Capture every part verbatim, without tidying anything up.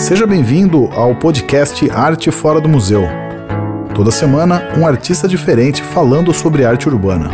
Seja bem-vindo ao podcast Arte Fora do Museu. Toda semana, um artista diferente falando sobre arte urbana.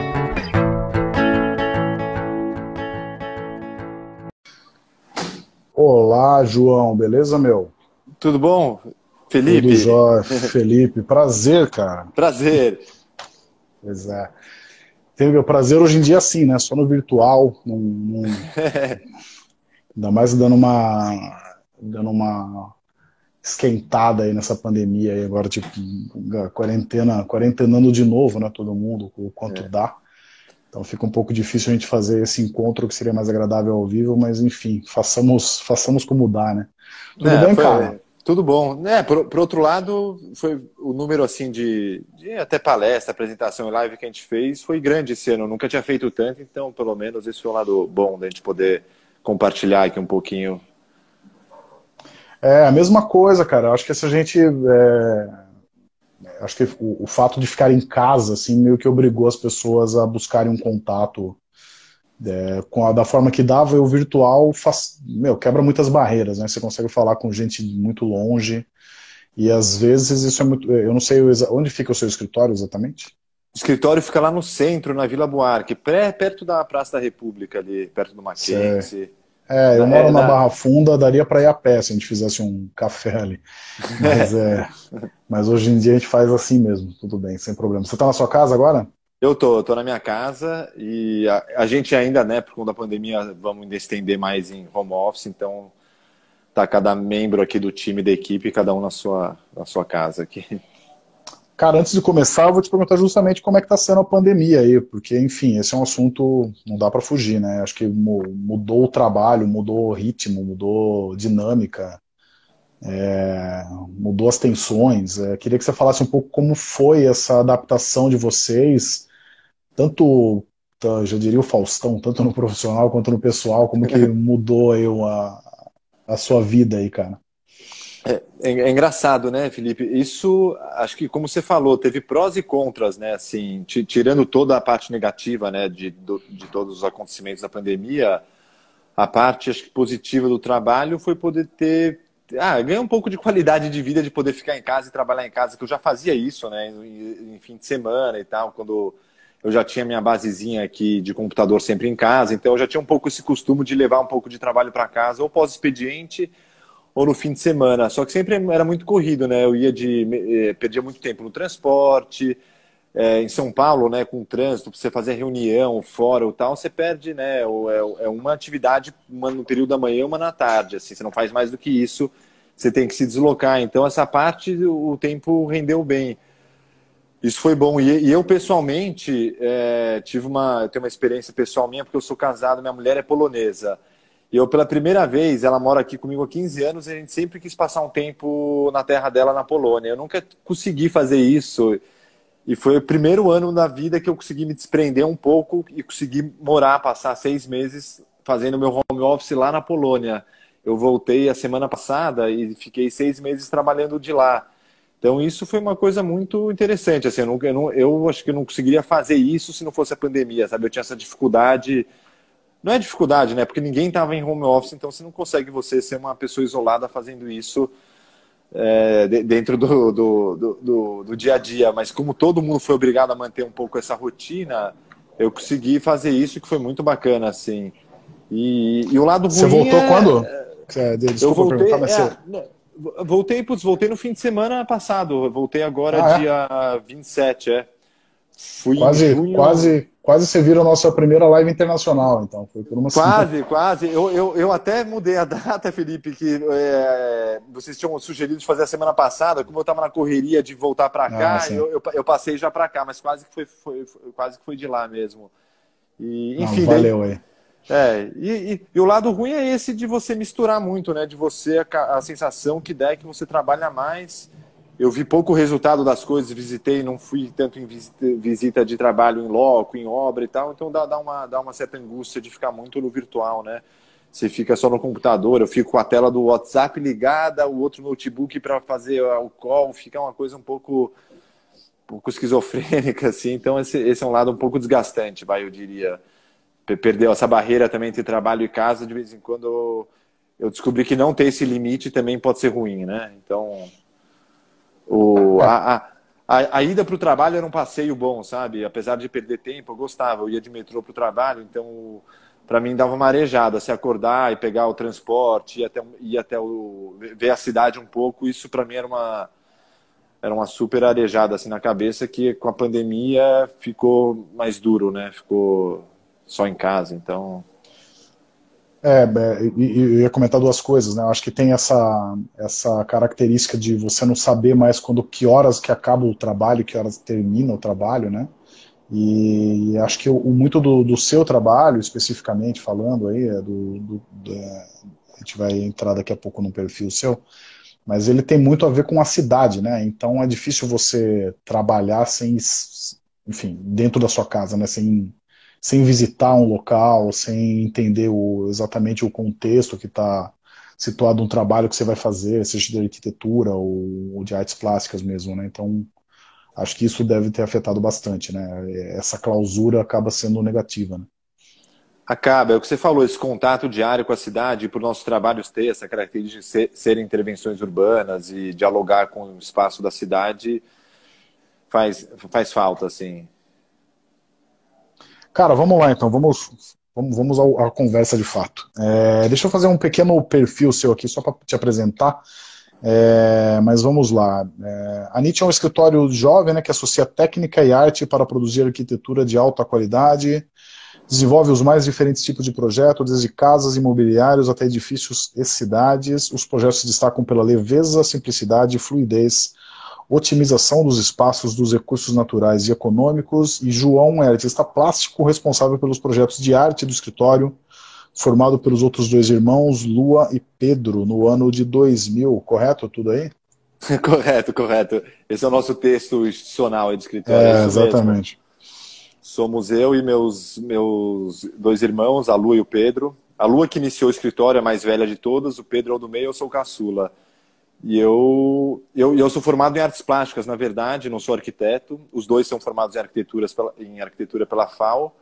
Olá, João, beleza, meu? Tudo bom, Felipe? Tudo jóia, Felipe. Prazer, cara. Prazer. Pois é. Tem meu prazer hoje em dia assim, né? Só no virtual. Num, num... Ainda mais dando uma, dando uma esquentada aí nessa pandemia aí agora, tipo, quarentena, quarentenando de novo, né? Todo mundo, o quanto é. dá. Então fica um pouco difícil a gente fazer esse encontro que seria mais agradável ao vivo, mas enfim, façamos, façamos como dá, né? Tudo é, bem, foi, cara? Tudo bom. É, por, por outro lado, foi o número assim de, de até palestra, apresentação e live que a gente fez foi grande esse ano. Eu nunca tinha feito tanto, então pelo menos esse foi um lado bom da gente poder compartilhar aqui um pouquinho. É, a mesma coisa, cara. Eu acho que se a gente... É... Acho que o, o fato de ficar em casa, assim, meio que obrigou as pessoas a buscarem um contato é, com a, da forma que dava, e o virtual faz, meu, quebra muitas barreiras, né? Você consegue falar com gente muito longe, e às vezes isso é muito... Eu não sei onde fica o seu escritório exatamente? O escritório fica lá no centro, na Vila Buarque, pré, perto da Praça da República, ali, perto do Mackenzie. É, eu da, moro é, na da... Barra Funda, daria para ir a pé se a gente fizesse um café ali. Mas, é, mas hoje em dia a gente faz assim mesmo, tudo bem, sem problema. Você está na sua casa agora? Eu tô, tô na minha casa e a, a gente ainda, né, por conta da pandemia, vamos ainda estender mais em home office, então tá cada membro aqui do time, da equipe, cada um na sua, na sua casa aqui. Cara, antes de começar, eu vou te perguntar justamente como é que está sendo a pandemia aí, porque, enfim, esse é um assunto, não dá para fugir, né? Acho que mudou o trabalho, mudou o ritmo, mudou dinâmica, é, mudou as tensões. É, queria que você falasse um pouco como foi essa adaptação de vocês, tanto, já diria o Faustão, tanto no profissional quanto no pessoal, como que mudou aí a, a sua vida aí, cara? É, é engraçado, né, Felipe? Isso, acho que como você falou, teve prós e contras, né? Assim, tirando toda a parte negativa, né, de, de todos os acontecimentos da pandemia, a parte, acho que positiva do trabalho foi poder ter, ah, ganhar um pouco de qualidade de vida, de poder ficar em casa e trabalhar em casa, que eu já fazia isso, né, em, em fim de semana e tal, quando eu já tinha minha basezinha aqui de computador sempre em casa, então eu já tinha um pouco esse costume de levar um pouco de trabalho para casa, ou pós-expediente, ou no fim de semana, só que sempre era muito corrido, né? Eu ia de eh, perdia muito tempo no transporte, eh, em São Paulo, né? Com o trânsito, para você fazer reunião fora ou tal, você perde, né? Ou é, é uma atividade, uma no período da manhã, uma na tarde, assim, você não faz mais do que isso, você tem que se deslocar. Então essa parte o tempo rendeu bem. Isso foi bom. E, e eu pessoalmente eh, tive uma, eu tenho uma experiência pessoal minha, porque eu sou casado, minha mulher é polonesa. E eu, pela primeira vez, ela mora aqui comigo há quinze anos, e a gente sempre quis passar um tempo na terra dela, na Polônia. Eu nunca consegui fazer isso. E foi o primeiro ano da vida que eu consegui me desprender um pouco e consegui morar, passar seis meses fazendo meu home office lá na Polônia. Eu voltei a semana passada e fiquei seis meses trabalhando de lá. Então isso foi uma coisa muito interessante. Assim, eu, nunca, eu, não, eu acho que eu não conseguiria fazer isso se não fosse a pandemia, sabe? Eu tinha essa dificuldade... Não é dificuldade, né? Porque ninguém estava em home office, então você não consegue você ser uma pessoa isolada fazendo isso é, dentro do, do, do, do, do dia a dia. Mas como todo mundo foi obrigado a manter um pouco essa rotina, eu consegui fazer isso, que foi muito bacana, assim. E, e o lado ruim... Você voltou é... quando? Desculpa eu voltei, perguntar, mas é, você... voltei, putz, voltei no fim de semana passado. Eu voltei agora ah, dia é? vinte e sete, é. Fui quase, em junho... Quase, quase você vira a nossa primeira live internacional, então. Foi por uma Quase, semana. quase. Eu, eu, eu até mudei a data, Felipe, que é, vocês tinham sugerido de fazer a semana passada, como eu estava na correria de voltar para cá, ah, eu, eu, eu passei já para cá, mas quase que foi, foi, foi, quase que foi de lá mesmo. E, enfim, Não, valeu daí, aí. É, e, e, e o lado ruim é esse de você misturar muito, né? De você, a, a sensação que dá é que você trabalha mais. Eu vi pouco resultado das coisas, visitei, não fui tanto em visita, visita de trabalho em loco, em obra e tal, então dá, dá, uma, dá uma certa angústia de ficar muito no virtual, né? Você fica só no computador, eu fico com a tela do WhatsApp ligada, o outro notebook para fazer o call, fica uma coisa um pouco, um pouco esquizofrênica, assim, então esse, esse é um lado um pouco desgastante, vai, eu diria. Perdeu essa barreira também entre trabalho e casa, de vez em quando eu descobri que não ter esse limite também pode ser ruim, né? Então, o, a, a, a, a ida para o trabalho era um passeio bom, sabe? Apesar de perder tempo, eu gostava. Eu ia de metrô para o trabalho, então, para mim, dava uma arejada. Se acordar e pegar o transporte, ir até, ir até o... ver a cidade um pouco, isso para mim era uma, era uma super arejada assim, na cabeça, que com a pandemia ficou mais duro, né? Ficou só em casa, então... É, é, e- e eu ia comentar duas coisas, né? Eu acho que tem essa, essa característica de você não saber mais quando, que horas que acaba o trabalho, que horas termina o trabalho, né? E acho que o, o muito do, do seu trabalho, especificamente falando aí, é do, do- do- é, a gente vai entrar daqui a pouco no perfil seu, mas ele tem muito a ver com a cidade, né? Então é difícil você trabalhar sem, s- enfim, dentro da sua casa, né? Sem, sem visitar um local, sem entender o, exatamente o contexto que está situado um trabalho que você vai fazer, seja de arquitetura ou, ou de artes plásticas mesmo, né? Então acho que isso deve ter afetado bastante, né? Essa clausura acaba sendo negativa, né? Acaba, é o que você falou, esse contato diário com a cidade, por nossos trabalhos ter essa característica de ser, serem intervenções urbanas e dialogar com o espaço da cidade, faz, faz falta, assim. Cara, vamos lá então, vamos, vamos, vamos ao- à conversa de fato. É, deixa eu fazer um pequeno perfil seu aqui, só para te apresentar, é, mas vamos lá. É, a NIT é um escritório jovem, né, que associa técnica e arte para produzir arquitetura de alta qualidade, desenvolve os mais diferentes tipos de projetos, desde casas, imobiliários até edifícios e cidades. Os projetos se destacam pela leveza, simplicidade, fluidez, otimização dos espaços, dos recursos naturais e econômicos. E João é artista plástico responsável pelos projetos de arte do escritório, formado pelos outros dois irmãos, Lua e Pedro, no ano de dois mil, correto tudo aí? Correto, correto. Esse é o nosso texto institucional aí de escritório, é É, isso mesmo. exatamente. Somos eu e meus, meus dois irmãos, a Lu e o Pedro. A Lua que iniciou o escritório, é a mais velha de todas, o Pedro é o do meio, eu sou o caçula. E eu, eu, eu sou formado em artes plásticas, na verdade, não sou arquiteto. Os dois são formados em, arquiteturas pela, em arquitetura pela FAO,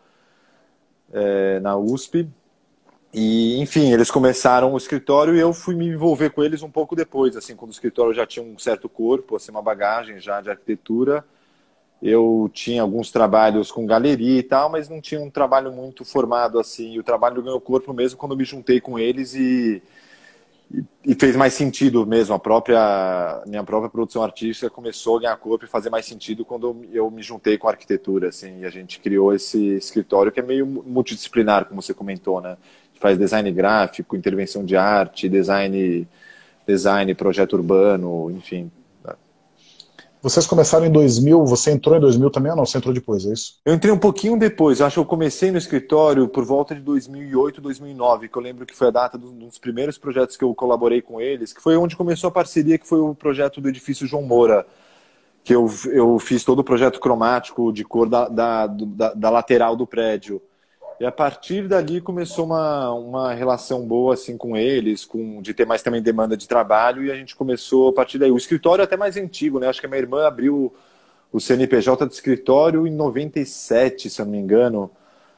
é, na U S P. E, enfim, eles começaram o escritório e eu fui me envolver com eles um pouco depois, assim, quando o escritório já tinha um certo corpo, assim, uma bagagem já de arquitetura. Eu tinha alguns trabalhos com galeria e tal, mas não tinha um trabalho muito formado assim. E o trabalho ganhou corpo mesmo quando eu me juntei com eles e, e, e fez mais sentido mesmo. A própria minha própria produção artística começou a ganhar corpo e fazer mais sentido quando eu, eu me juntei com a arquitetura, assim. E a gente criou esse escritório que é meio multidisciplinar, como você comentou, né? A gente faz design gráfico, intervenção de arte, design, design, projeto urbano, enfim. Vocês começaram em dois mil, você entrou em dois mil também ou não? Você entrou depois, é isso? Eu entrei um pouquinho depois, eu acho que eu comecei no escritório por volta de dois mil e oito, dois mil e nove, que eu lembro que foi a data dos, dos primeiros projetos que eu colaborei com eles, que foi onde começou a parceria, que foi o projeto do edifício João Moura, que eu, eu fiz todo o projeto cromático de cor da, da, da, da lateral do prédio. E a partir dali começou uma, uma relação boa assim com eles, com, de ter mais também demanda de trabalho, e a gente começou a partir daí. O escritório é até mais antigo, né? Acho que a minha irmã abriu o C N P J de escritório em noventa e sete, se eu não me engano.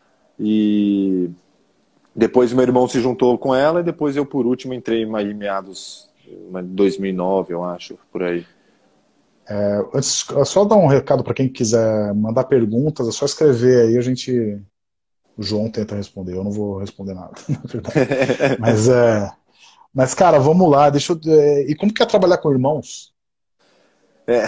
E depois meu irmão se juntou com ela e depois eu, por último, entrei em meados de dois mil e nove, eu acho, por aí. É, antes, só dar um recado para quem quiser mandar perguntas, é só escrever aí, a gente. O João tenta responder, eu não vou responder nada, na verdade. Mas, é, mas cara, vamos lá, deixa eu. É, e como que é trabalhar com irmãos? É,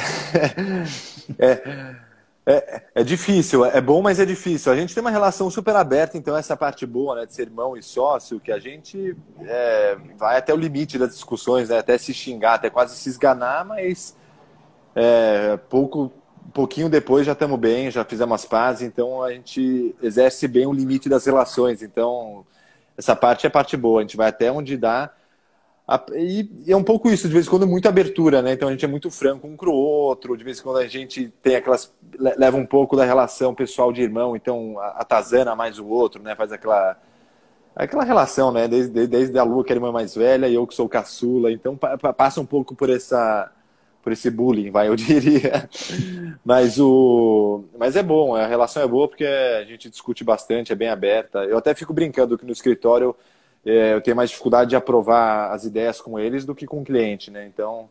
é, é, é difícil, é bom, mas é difícil. A gente tem uma relação super aberta, então essa parte boa, né, de ser irmão e sócio, que a gente é, vai até o limite das discussões, né, até se xingar, até quase se esganar, mas é, pouco, um pouquinho depois já estamos bem, já fizemos as pazes, então a gente exerce bem o limite das relações. Então essa parte é parte boa, a gente vai até onde dá. E é um pouco isso, de vez em quando muita abertura, né? Então a gente é muito franco um com o outro, de vez em quando a gente tem aquelas. Leva um pouco da relação pessoal de irmão, então atazana mais o outro, né? Faz aquela. Aquela relação, né? Desde, desde a Lu, que é a irmã mais velha, e eu que sou o caçula, então passa um pouco por essa. Por esse bullying, vai, eu diria. Mas, o... Mas é bom, a relação é boa porque a gente discute bastante, é bem aberta. Eu até fico brincando que no escritório é, eu tenho mais dificuldade de aprovar as ideias com eles do que com o cliente, né? Então...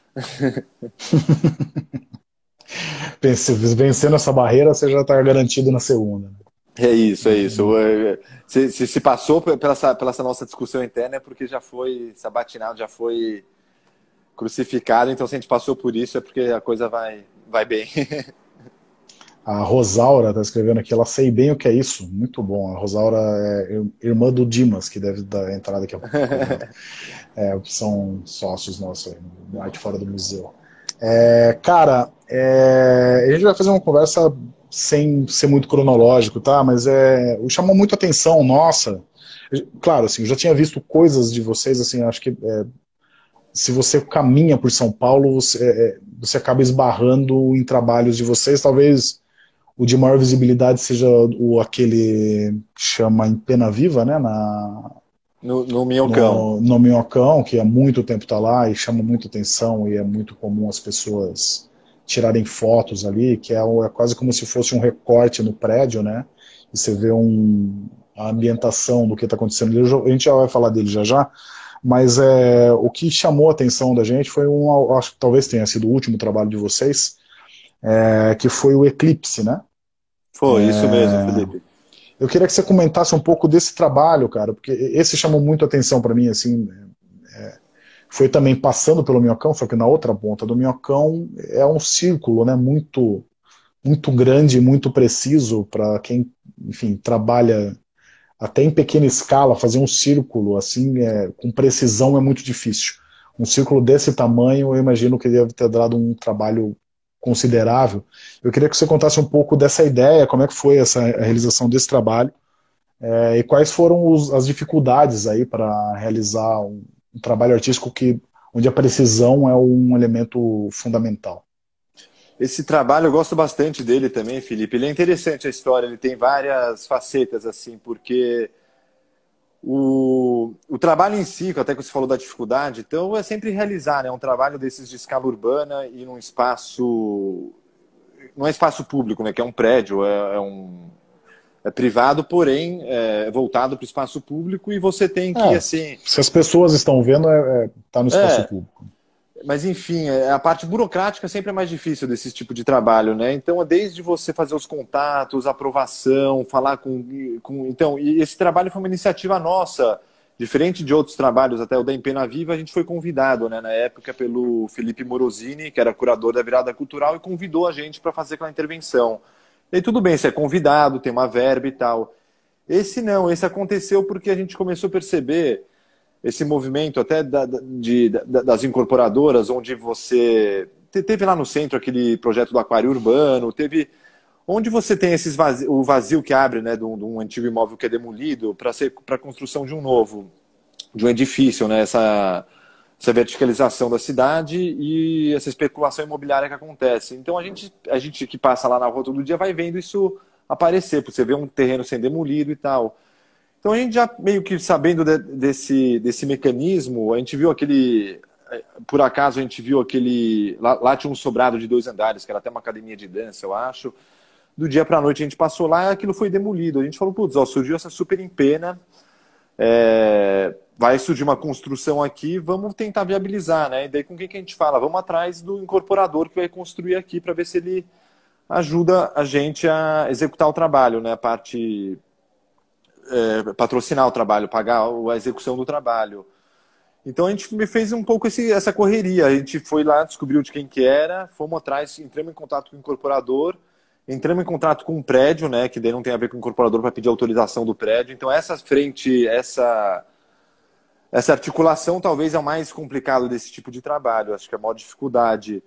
Vencendo essa barreira, você já está garantido na segunda. É isso, é isso. Se, se, se passou pela essa, pela essa nossa discussão interna é porque já foi sabatinado, já foi crucificado, então se a gente passou por isso é porque a coisa vai, vai bem. A Rosaura está escrevendo aqui, ela sei bem o que é isso, muito bom. A Rosaura é irmã do Dimas, que deve dar entrada aqui a pouco. É, são sócios nossos aí, no Arte Fora do Museu. É, cara, é, a gente vai fazer uma conversa sem ser muito cronológico, tá? Mas é, chamou muito atenção, nossa. Claro, assim, eu já tinha visto coisas de vocês, assim, acho que é, se você caminha por São Paulo, você, é, você acaba esbarrando em trabalhos de vocês, talvez o de maior visibilidade seja o, aquele que chama Em Pena Viva, né? Na, no, no Minhocão. No, no Minhocão, que há muito tempo está lá e chama muita atenção e é muito comum as pessoas tirarem fotos ali, que é, é quase como se fosse um recorte no prédio, né? E você vê um, a ambientação do que está acontecendo ali. A gente já vai falar dele já já, mas é, o que chamou a atenção da gente foi um, acho que talvez tenha sido o último trabalho de vocês, é, que foi o Eclipse, né? Foi, é, isso mesmo, Felipe. Eu queria que você comentasse um pouco desse trabalho, cara, porque esse chamou muito a atenção para mim, assim, é, foi também passando pelo Minhocão, só que na outra ponta do Minhocão é um círculo, né, muito, muito grande, muito preciso para quem, enfim, trabalha até em pequena escala, fazer um círculo assim, é, com precisão é muito difícil. Um círculo desse tamanho, eu imagino que deve ter dado um trabalho considerável. Eu queria que você contasse um pouco dessa ideia, como é que foi essa, a realização desse trabalho, é, e quais foram os, as dificuldades aí para realizar um, um trabalho artístico que, onde a precisão é um elemento fundamental. Esse trabalho eu gosto bastante dele também, Felipe. Ele é interessante a história, ele tem várias facetas, assim, porque o, o trabalho em si, até que você falou da dificuldade, então é sempre realizar, né? Um trabalho desses de escala urbana e num espaço, não é espaço público, né? Que é um prédio, é, é um é privado, porém é voltado para o espaço público e você tem que, é, assim... Se as pessoas estão vendo, é, é, tá no espaço é, público. Mas, enfim, a parte burocrática sempre é mais difícil desse tipo de trabalho, né? Então, desde você fazer os contatos, aprovação, falar com... com então, e esse trabalho foi uma iniciativa nossa, diferente de outros trabalhos, até o da Em Pena Viva, a gente foi convidado, né, na época, pelo Felipe Morosini, que era curador da Virada Cultural, e convidou a gente para fazer aquela intervenção. E aí, tudo bem, você é convidado, tem uma verba e tal. Esse não, esse aconteceu porque a gente começou a perceber esse movimento até da, de, da, das incorporadoras, onde você... Teve lá no centro aquele projeto do aquário urbano, teve... Onde você tem esses vazio, o vazio que abre, né, de um, de um antigo imóvel que é demolido para ser para a construção de um novo, de um edifício, né, essa, essa verticalização da cidade e essa especulação imobiliária que acontece. Então a gente, a gente que passa lá na rua todo dia vai vendo isso aparecer, porque você vê um terreno sendo demolido e tal. Então a gente já meio que sabendo de, desse, desse mecanismo, a gente viu aquele, por acaso a gente viu aquele, lá, lá tinha um sobrado de dois andares, que era até uma academia de dança, eu acho. Do dia para a noite a gente passou lá e aquilo foi demolido. A gente falou, putz, ó, surgiu essa super empena, é, vai surgir uma construção aqui, vamos tentar viabilizar, né? E daí com quem que a gente fala? Vamos atrás do incorporador que vai construir aqui para ver se ele ajuda a gente a executar o trabalho, né? A parte... É, patrocinar o trabalho, pagar a execução do trabalho. Então a gente fez um pouco esse, essa correria. A gente foi lá, descobriu de quem que era, fomos atrás, entramos em contato com o incorporador, entramos em contato com o prédio, né, que daí não tem a ver com o incorporador para pedir autorização do prédio. Então essa frente, essa, essa articulação talvez é o mais complicado desse tipo de trabalho. Acho que é a maior dificuldade.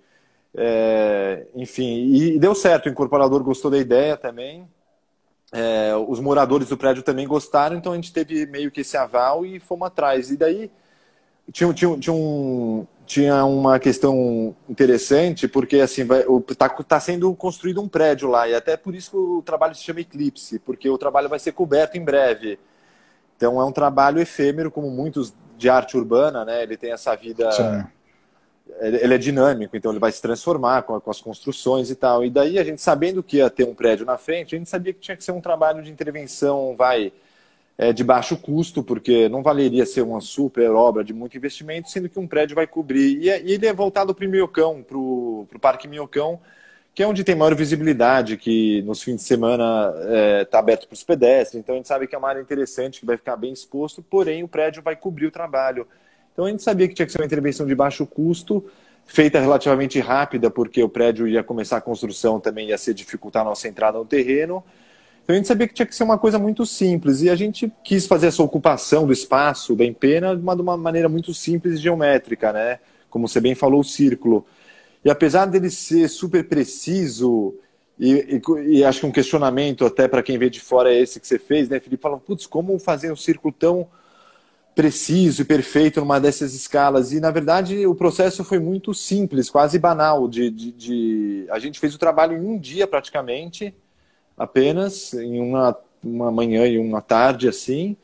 É, enfim, e, e deu certo. O incorporador gostou da ideia também. É, os moradores do prédio também gostaram, então a gente teve meio que esse aval e fomos atrás. E daí tinha, tinha, tinha, um, tinha uma questão interessante, porque assim, está tá sendo construído um prédio lá, e até por isso que o trabalho se chama Eclipse, porque o trabalho vai ser coberto em breve. Então é um trabalho efêmero, como muitos de arte urbana, né? Ele tem essa vida... Sim. Ele é dinâmico, então ele vai se transformar com, com as construções e tal. E daí a gente, sabendo que ia ter um prédio na frente, a gente sabia que tinha que ser um trabalho de intervenção, vai, é, de baixo custo, porque não valeria ser uma super obra de muito investimento, sendo que um prédio vai cobrir. E, e ele é voltado para o Minhocão, para o Parque Minhocão, que é onde tem maior visibilidade, que nos fins de semana está é, aberto para os pedestres. Então a gente sabe que é uma área interessante, que vai ficar bem exposto, porém o prédio vai cobrir o trabalho. Então a gente sabia que tinha que ser uma intervenção de baixo custo, feita relativamente rápida, porque o prédio ia começar a construção, também ia se dificultar a nossa entrada no terreno. Então a gente sabia que tinha que ser uma coisa muito simples, e a gente quis fazer essa ocupação do espaço da empena de uma, de uma maneira muito simples e geométrica, né? Como você bem falou, o círculo. E apesar dele ser super preciso, e, e, e acho que um questionamento até para quem vê de fora é esse que você fez, né, Felipe? Fala, putz, como fazer um círculo tão preciso e perfeito numa dessas escalas? E, na verdade, o processo foi muito simples, quase banal. De, de, de... A gente fez o trabalho em um dia, praticamente, apenas, em uma, uma manhã e uma tarde, assim.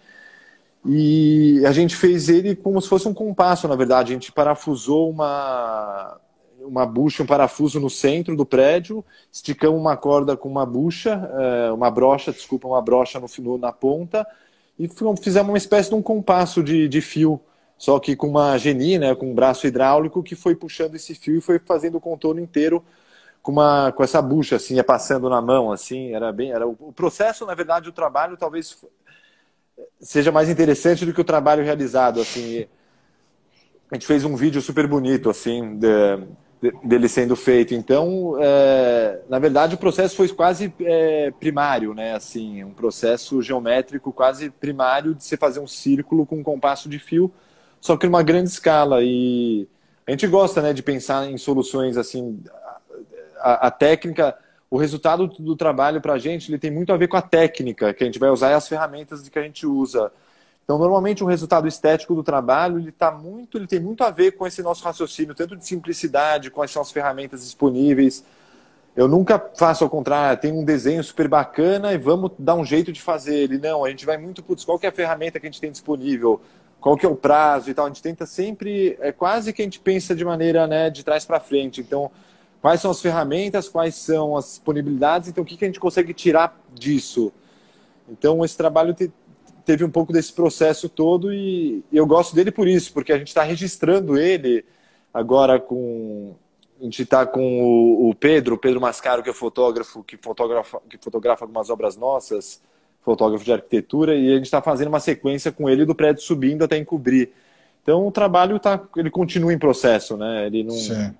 E a gente fez ele como se fosse um compasso, na verdade. A gente parafusou uma... uma bucha, um parafuso no centro do prédio, esticamos uma corda com uma bucha, uma brocha, desculpa, uma brocha no, na ponta, e fizemos uma espécie de um compasso de, de fio, só que com uma geni, né, com um braço hidráulico que foi puxando esse fio e foi fazendo o contorno inteiro com, uma, com essa bucha, assim, ia passando na mão, assim, era bem, era o processo, na verdade, o trabalho talvez seja mais interessante do que o trabalho realizado, assim. A gente fez um vídeo super bonito, assim, de, dele sendo feito. Então, é, na verdade, o processo foi quase é, primário, né? Assim, um processo geométrico quase primário de você fazer um círculo com um compasso de fio, só que numa grande escala. E a gente gosta, né, de pensar em soluções assim. A, a técnica, o resultado do trabalho para a gente, ele tem muito a ver com a técnica que a gente vai usar e as ferramentas que a gente usa. Então, normalmente, o resultado estético do trabalho ele tá muito, ele tem muito a ver com esse nosso raciocínio, tanto de simplicidade, quais são as ferramentas disponíveis. Eu nunca faço ao contrário, tem um desenho super bacana e vamos dar um jeito de fazer ele. Não, a gente vai muito, putz, qual que é a ferramenta que a gente tem disponível, qual que é o prazo e tal. A gente tenta sempre, é quase que a gente pensa de maneira, né, de trás para frente. Então, quais são as ferramentas, quais são as disponibilidades, então o que, que a gente consegue tirar disso. Então, esse trabalho te, teve um pouco desse processo todo e, e eu gosto dele por isso, porque a gente está registrando ele agora com... A gente está com o, o Pedro, o Pedro Mascaro, que é fotógrafo, que fotografa, que fotografa algumas obras nossas, fotógrafo de arquitetura, e a gente está fazendo uma sequência com ele do prédio subindo até encobrir. Então o trabalho tá, ele continua em processo, né? Ele não... Sim.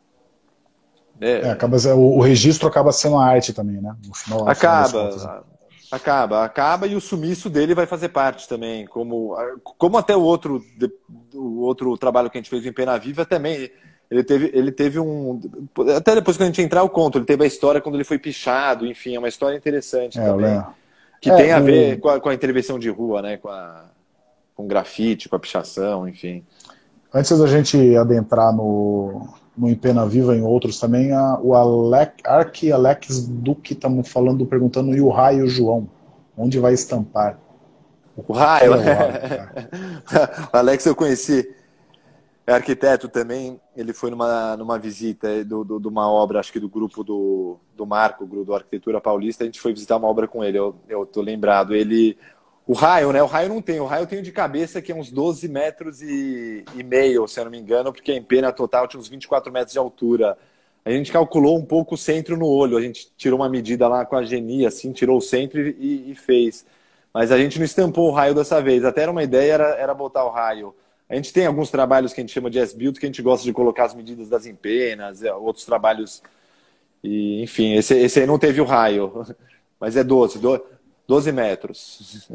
É, é, acaba, o, o registro acaba sendo a arte também, né? No final, acaba, final acaba, acaba e o sumiço dele vai fazer parte também, como, como até o outro, o outro trabalho que a gente fez em Pena Viva também. Ele teve, ele teve um... Até depois que a gente entrar eu conto, ele teve a história quando ele foi pichado, enfim, é uma história interessante é, também. Que é, tem a ver o... com, a, com a intervenção de rua, né? Com, a, com grafite, com a pichação, enfim. Antes da gente adentrar no, no Em Pena Viva, em outros também, a, o Alec, Arqui Alex Duque estamos falando, perguntando, e o Raio João? Onde vai estampar? O Raio? É o Alex eu conheci. É arquiteto também, ele foi numa, numa visita de do, do, do uma obra, acho que do grupo do, do Marco, do Arquitetura Paulista, a gente foi visitar uma obra com ele, eu, eu tô lembrado. Ele, o raio, né? O raio não tem, o raio eu tenho de cabeça que é uns doze metros e, e meio, se eu não me engano, porque a empena total tinha uns vinte e quatro metros de altura. A gente calculou um pouco o centro no olho, a gente tirou uma medida lá com a Geni, assim, tirou o centro e, e fez. Mas a gente não estampou o raio dessa vez, até era uma ideia, era, era botar o raio. A gente tem alguns trabalhos que a gente chama de S-Build, que a gente gosta de colocar as medidas das empenas, outros trabalhos, e, enfim, esse, esse aí não teve o raio, mas é doze, doze metros.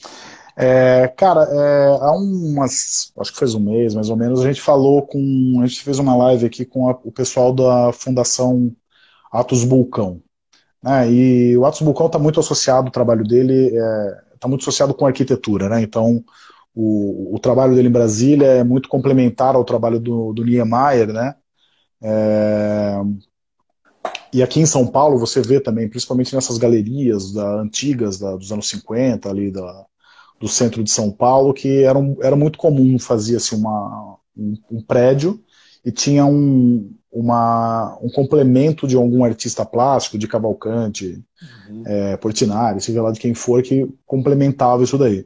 É, cara, é, há umas, acho que faz um mês mais ou menos, a gente falou com, a gente fez uma live aqui com a, o pessoal da Fundação Atos Bulcão, né, e o Atos Bulcão está muito associado, o trabalho dele está é, muito associado com arquitetura, né, então O, o trabalho dele em Brasília é muito complementar ao trabalho do, do Niemeyer, né? É, e aqui em São Paulo você vê também, principalmente nessas galerias da, antigas da, dos anos cinquenta, ali da, do centro de São Paulo, que era, um, era muito comum fazer assim, uma, um, um prédio e tinha um, uma, um complemento de algum artista plástico, de Cavalcante, Uhum. é, Portinari, seja lá de quem for, que complementava isso daí.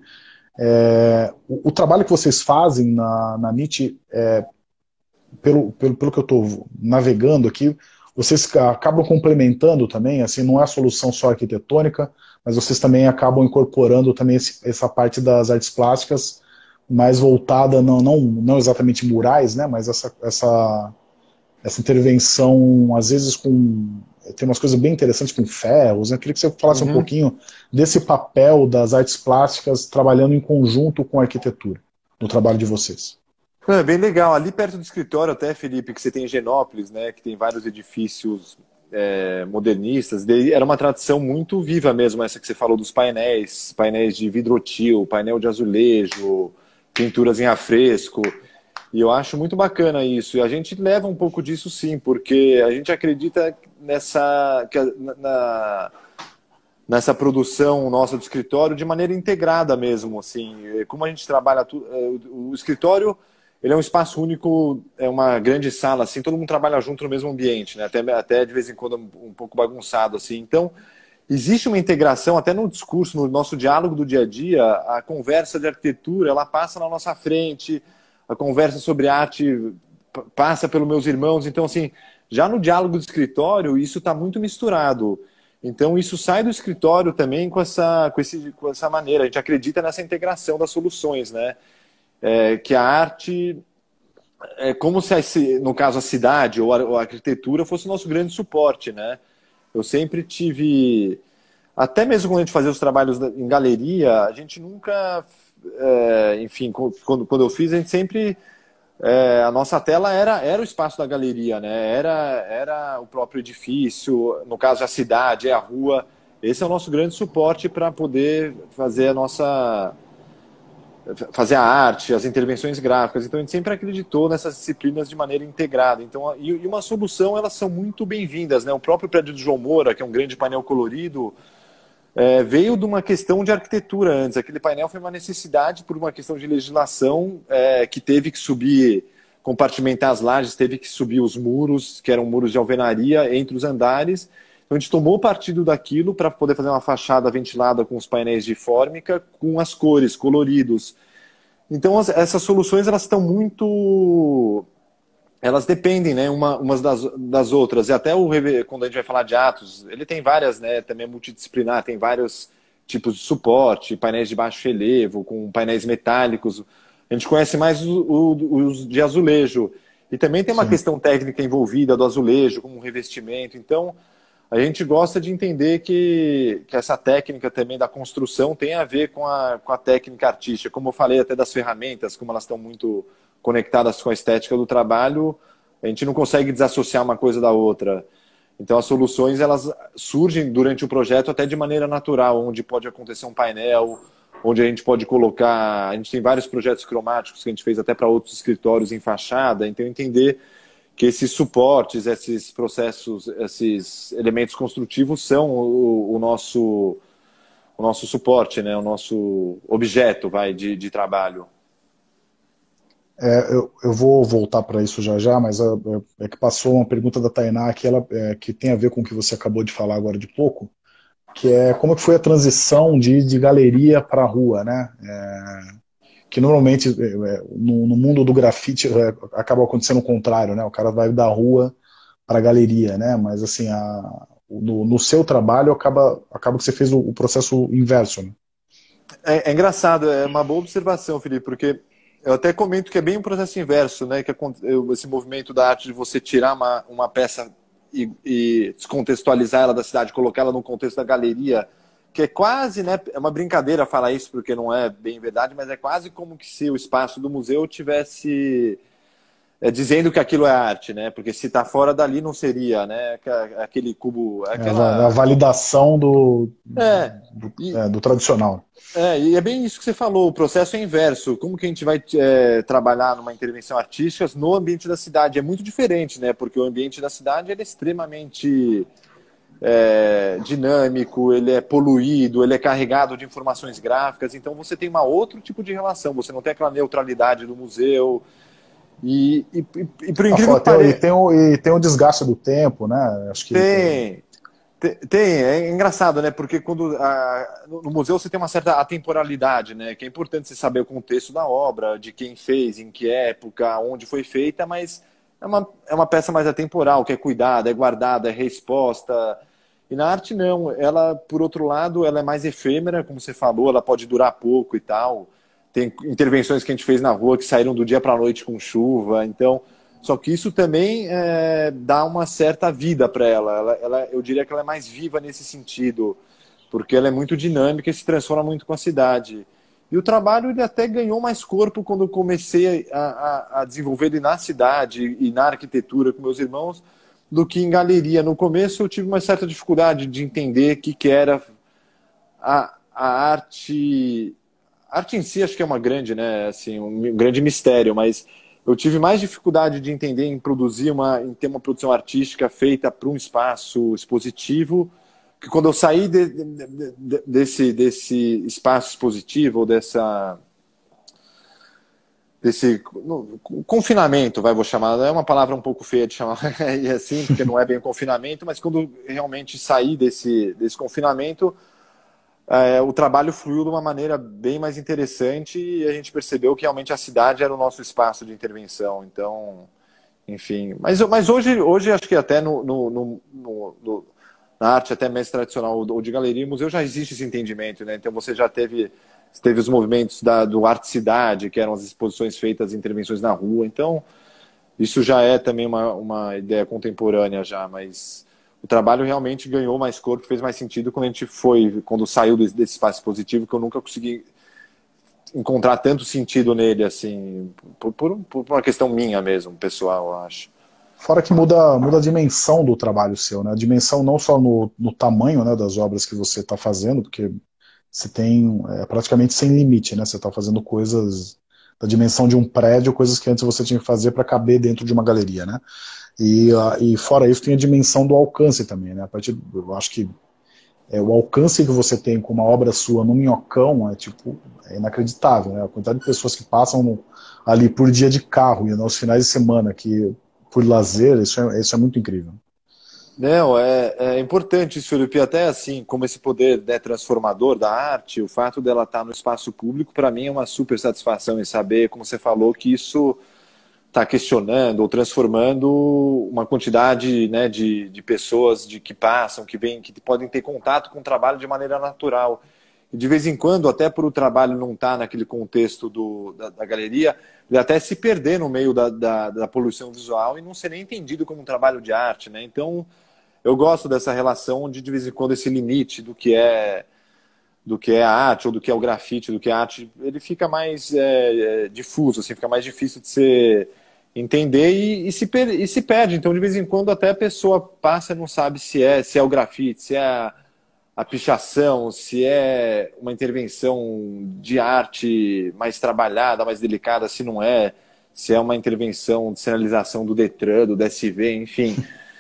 É, o, o trabalho que vocês fazem na, na N I T, é, pelo, pelo, pelo que eu estou navegando aqui, vocês acabam complementando também, assim, não é a solução só arquitetônica, mas vocês também acabam incorporando também esse, essa parte das artes plásticas mais voltada, não, não, não exatamente murais, né, mas essa, essa, essa intervenção, às vezes com... Tem umas coisas bem interessantes com ferros, né? Eu queria que você falasse um Uhum. pouquinho desse papel das artes plásticas trabalhando em conjunto com a arquitetura, no trabalho de vocês. É bem legal. Ali perto do escritório até, Felipe, que você tem em Higienópolis, né, que tem vários edifícios é, modernistas, era uma tradição muito viva mesmo, essa que você falou dos painéis, painéis de vidrotil, painel de azulejo, pinturas em afresco. E eu acho muito bacana isso. E a gente leva um pouco disso sim, porque a gente acredita nessa, na, nessa produção nossa do escritório de maneira integrada mesmo. Assim. Como a gente trabalha, o escritório ele é um espaço único, é uma grande sala, assim, todo mundo trabalha junto no mesmo ambiente, né? até, até de vez em quando um pouco bagunçado. Assim. Então, existe uma integração, até no discurso, no nosso diálogo do dia a dia, a conversa de arquitetura, ela passa na nossa frente, a conversa sobre arte passa pelos meus irmãos. Então, assim, já no diálogo do escritório, isso está muito misturado. Então, isso sai do escritório também com essa, com, esse, com essa maneira. A gente acredita nessa integração das soluções, né? É, que a arte é como se, a, no caso, a cidade ou a, ou a arquitetura fosse o nosso grande suporte, né? Eu sempre tive... Até mesmo quando a gente fazia os trabalhos em galeria, a gente nunca... É, enfim, quando, quando eu fiz, a gente sempre... É, a nossa tela era, era o espaço da galeria, né? Era, era o próprio edifício, no caso a cidade, é a rua. Esse é o nosso grande suporte para poder fazer a nossa... fazer a arte, as intervenções gráficas. Então a gente sempre acreditou nessas disciplinas de maneira integrada. Então, e, e uma solução, elas são muito bem-vindas, né? O próprio prédio do João Moura, que é um grande painel colorido, é, veio de uma questão de arquitetura antes. Aquele painel foi uma necessidade por uma questão de legislação, é, que teve que subir, compartimentar as lajes, teve que subir os muros, que eram muros de alvenaria, entre os andares. Então a gente tomou partido daquilo para poder fazer uma fachada ventilada com os painéis de fórmica, com as cores, coloridos. Então as, essas soluções, elas estão muito... Elas dependem, né, uma, umas das, das outras. E até o, quando a gente vai falar de Atos, ele tem várias, né, também é multidisciplinar, tem vários tipos de suporte, painéis de baixo relevo, com painéis metálicos. A gente conhece mais os de azulejo. E também tem uma Sim. questão técnica envolvida do azulejo, como um revestimento. Então, a gente gosta de entender que, que essa técnica também da construção tem a ver com a, com a técnica artística. Como eu falei até das ferramentas, como elas estão muito conectadas com a estética do trabalho, a gente não consegue desassociar uma coisa da outra. Então as soluções, elas surgem durante o projeto até de maneira natural, onde pode acontecer um painel, onde a gente pode colocar... A gente tem vários projetos cromáticos que a gente fez até para outros escritórios em fachada, então entender que esses suportes, esses processos, esses elementos construtivos são o, o, nosso, o nosso suporte, né? O nosso objeto vai, de, de trabalho. É, eu, eu vou voltar para isso já já, mas é, é que passou uma pergunta da Tainá aqui, ela, é, que tem a ver com o que você acabou de falar agora de pouco, que é como que foi a transição de, de galeria para a rua, né? É, que normalmente é, no, no mundo do grafite é, acaba acontecendo o contrário, né? O cara vai da rua para a galeria, né? Mas assim, a, no, no seu trabalho acaba, acaba que você fez o, o processo inverso, né? É, é engraçado, é uma boa observação, Felipe, porque eu até comento que é bem um processo inverso, né? Que é esse movimento da arte de você tirar uma, uma peça e, e descontextualizar ela da cidade, colocá-la no contexto da galeria, que é quase, né? É uma brincadeira falar isso, porque não é bem verdade, mas é quase como que se o espaço do museu tivesse é, dizendo que aquilo é arte, né? Porque se está fora dali não seria, né? Aquele cubo... Aquela... É a validação do, é, do, e... é, do tradicional. É, e é bem isso que você falou, o processo é inverso. Como que a gente vai é, trabalhar numa intervenção artística no ambiente da cidade? É muito diferente, né? Porque o ambiente da cidade ele é extremamente é, dinâmico, ele é poluído, ele é carregado de informações gráficas, então você tem um outro tipo de relação, você não tem aquela neutralidade do museu. E, e, e, e por Ah, incrível fala, que tem, o- e, pareça... tem o, e tem o desgaste do tempo, né? Acho que Tem, tem, tem, é engraçado, né? Porque quando a, no no museu você tem uma certa atemporalidade, né? Que é importante você saber o contexto da obra, de quem fez, em que época, onde foi feita, mas é uma, é uma peça mais atemporal, que é cuidada, é guardada, é reexposta. E na arte não, ela, por outro lado, ela é mais efêmera, como você falou, ela pode durar pouco e tal. Tem intervenções que a gente fez na rua que saíram do dia para a noite com chuva, então... Só que isso também é, dá uma certa vida para ela. Ela, ela. Eu diria que ela é mais viva nesse sentido, porque ela é muito dinâmica e se transforma muito com a cidade. E o trabalho ele até ganhou mais corpo quando eu comecei a, a, a desenvolver ele na cidade e na arquitetura com meus irmãos, do que em galeria. No começo eu tive uma certa dificuldade de entender o que, que era a, a arte. A arte em si acho que é uma grande, né, assim, um grande mistério, mas eu tive mais dificuldade de entender em produzir uma, em ter uma produção artística feita para um espaço expositivo, que quando eu saí de, de, de, desse, desse espaço expositivo, ou dessa, desse no, confinamento, vai, vou chamar, é uma palavra um pouco feia de chamar e assim, porque não é bem confinamento, mas quando realmente saí desse, desse confinamento, é, o trabalho fluiu de uma maneira bem mais interessante e a gente percebeu que realmente a cidade era o nosso espaço de intervenção. Então, enfim. Mas, mas hoje, hoje acho que até no, no, no, no, no na arte até mais tradicional ou de galeria, museu já existe esse entendimento, né? Então você já teve, teve os movimentos da, do Arte Cidade, que eram as exposições feitas, intervenções na rua. Então, isso já é também uma, uma ideia contemporânea já, mas o trabalho realmente ganhou mais corpo, fez mais sentido quando a gente foi, quando saiu desse, desse espaço positivo, que eu nunca consegui encontrar tanto sentido nele, assim, por, por, por uma questão minha mesmo, pessoal, eu acho. fora que muda, muda a dimensão do trabalho seu, né? A dimensão não só no, no tamanho, né, das obras que você está fazendo, porque você tem é, praticamente sem limite, né? Você está fazendo coisas da dimensão de um prédio, coisas que antes você tinha que fazer para caber dentro de uma galeria, né? E, uh, e fora isso tem a dimensão do alcance também, né? A partir, eu acho que é, o alcance que você tem com uma obra sua no Minhocão é tipo é inacreditável, né? A quantidade de pessoas que passam no, ali por dia de carro e nos finais de semana que por lazer, isso é, isso é muito incrível. Não, é, é importante isso, Felipe, até assim, como esse poder, né, transformador da arte, o fato dela estar no espaço público, para mim é uma super satisfação em saber, como você falou, que isso está questionando ou transformando uma quantidade, né, de, de pessoas de, que passam, que vêm, que podem ter contato com o trabalho de maneira natural. E de vez em quando, até por o trabalho não estar naquele contexto do, da, da galeria, ele até se perder no meio da, da, da poluição visual e não ser nem entendido como um trabalho de arte, né? Então, eu gosto dessa relação onde, de vez em quando, esse limite do que é do que é a arte ou do que é o grafite, do que é a arte, ele fica mais é, é, difuso, assim, fica mais difícil de você entender e, e, se per, e se perde. Então, de vez em quando, até a pessoa passa e não sabe se é, se é o grafite, se é a, a pichação, se é uma intervenção de arte mais trabalhada, mais delicada, se não é, se é uma intervenção de sinalização do Detran, do D S V, enfim.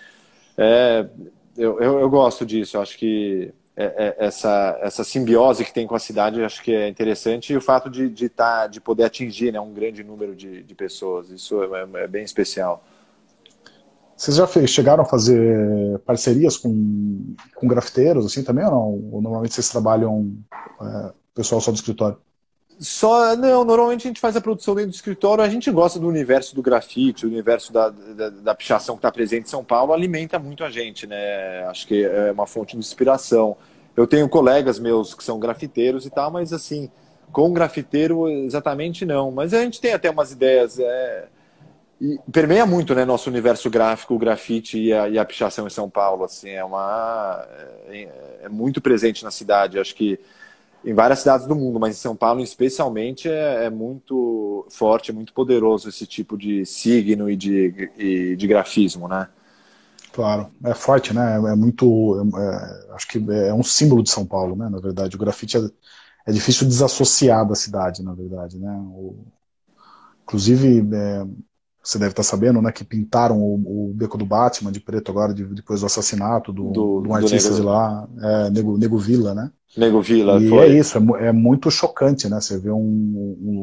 É, eu, eu, eu gosto disso, eu acho que é, é, essa, essa simbiose que tem com a cidade, eu acho que é interessante, e o fato de, de, tá, de poder atingir, né, um grande número de, de pessoas, isso é, é bem especial. Vocês já fez, chegaram a fazer parcerias com, com grafiteiros, assim, também, ou não? Ou normalmente vocês trabalham é, pessoal só do escritório? Só, não, normalmente a gente faz a produção dentro do escritório, a gente gosta do universo do grafite, o universo da, da, da pichação que está presente em São Paulo, alimenta muito a gente, né? Acho que é uma fonte de inspiração. Eu tenho colegas meus que são grafiteiros e tal, mas assim, com grafiteiro exatamente não. Mas a gente tem até umas ideias, é, e permeia muito, né, nosso universo gráfico, o grafite e a, e a pichação em São Paulo, assim, é uma é, é muito presente na cidade, acho que em várias cidades do mundo, mas em São Paulo especialmente é, é muito forte, muito poderoso esse tipo de signo e de, e de grafismo, né? Claro, é forte, né? É muito, é, acho que é um símbolo de São Paulo, né? Na verdade, o grafite é, é difícil desassociar da cidade, na verdade, né? O, inclusive, é, você deve estar sabendo, né? Que pintaram o, o Beco do Batman de preto agora, de, depois do assassinato do, Do, de um do artista de Nego, lá, é, Nego, Nego Villa, né? Nego Villa, E é foi. isso, é, mu- é muito chocante, né? Você vê um, um,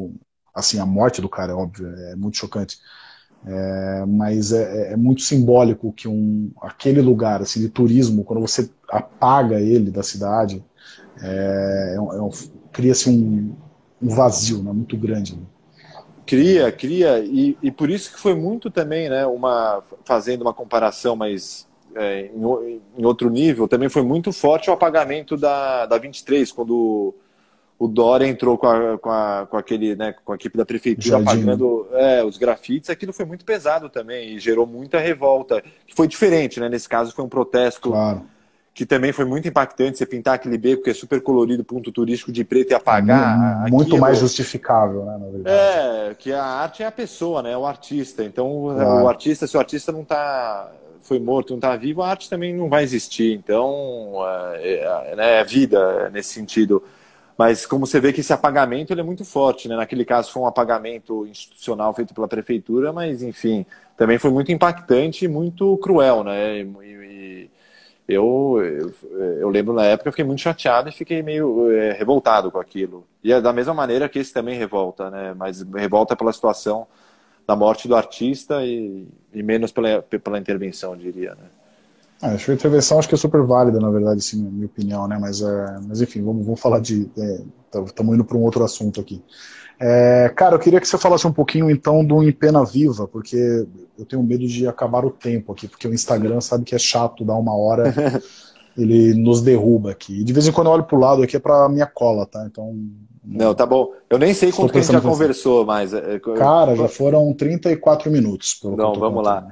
assim, a morte do cara, é óbvio, é muito chocante. É, mas é, é muito simbólico que um, aquele lugar assim, de turismo, quando você apaga ele da cidade, é, é um- é um- cria-se um, um vazio, né, muito grande. Né? Cria, cria, e, e por isso que foi muito também, né, uma, fazendo uma comparação, mas é, em, o- em outro nível, também foi muito forte o apagamento da, da vinte e três, quando o Dória entrou com, a, com, a, com aquele, né, com a equipe da prefeitura Jardim, né? apagando é, os grafites. Aquilo foi muito pesado também e gerou muita revolta, que foi diferente, né, nesse caso foi um protesto Claro. que também foi muito impactante, você pintar aquele beco que é super colorido, ponto turístico de preto, e É mu apagar muito mais aquilo. justificável, né, na verdade. É, que a arte é a pessoa, né? É o artista. Então, o Claro. artista, se o artista não tá, foi morto, não tá vivo, a arte também não vai existir. Então, é, é, né, é vida nesse sentido. Mas como você vê que esse apagamento ele é muito forte, né? Naquele caso foi um apagamento institucional feito pela prefeitura, mas enfim, também foi muito impactante e muito cruel, né? E, e eu, eu, eu lembro na época, eu fiquei muito chateado e fiquei meio é, revoltado com aquilo. E é da mesma maneira que esse também revolta, né? Mas revolta pela situação da morte do artista e, e menos pela, pela intervenção, eu diria, né? Ah, acho que a intervenção acho que é super válida, na verdade, sim, na minha opinião, né? Mas, é, mas enfim, vamos, vamos falar de. Estamos indo para um outro assunto aqui. É, cara, eu queria que você falasse um pouquinho então do Em Pena Viva, porque eu tenho medo de acabar o tempo aqui, porque o Instagram sabe que é chato, dá uma hora, ele nos derruba aqui. E de vez em quando eu olho pro lado aqui é pra minha cola, tá? Então, Não, não tá bom. Eu nem sei estou quanto que a gente já prestando atenção. conversou, mas... é, é, Cara, já foram trinta e quatro minutos, pelo que eu Não, tô vamos lá. contando.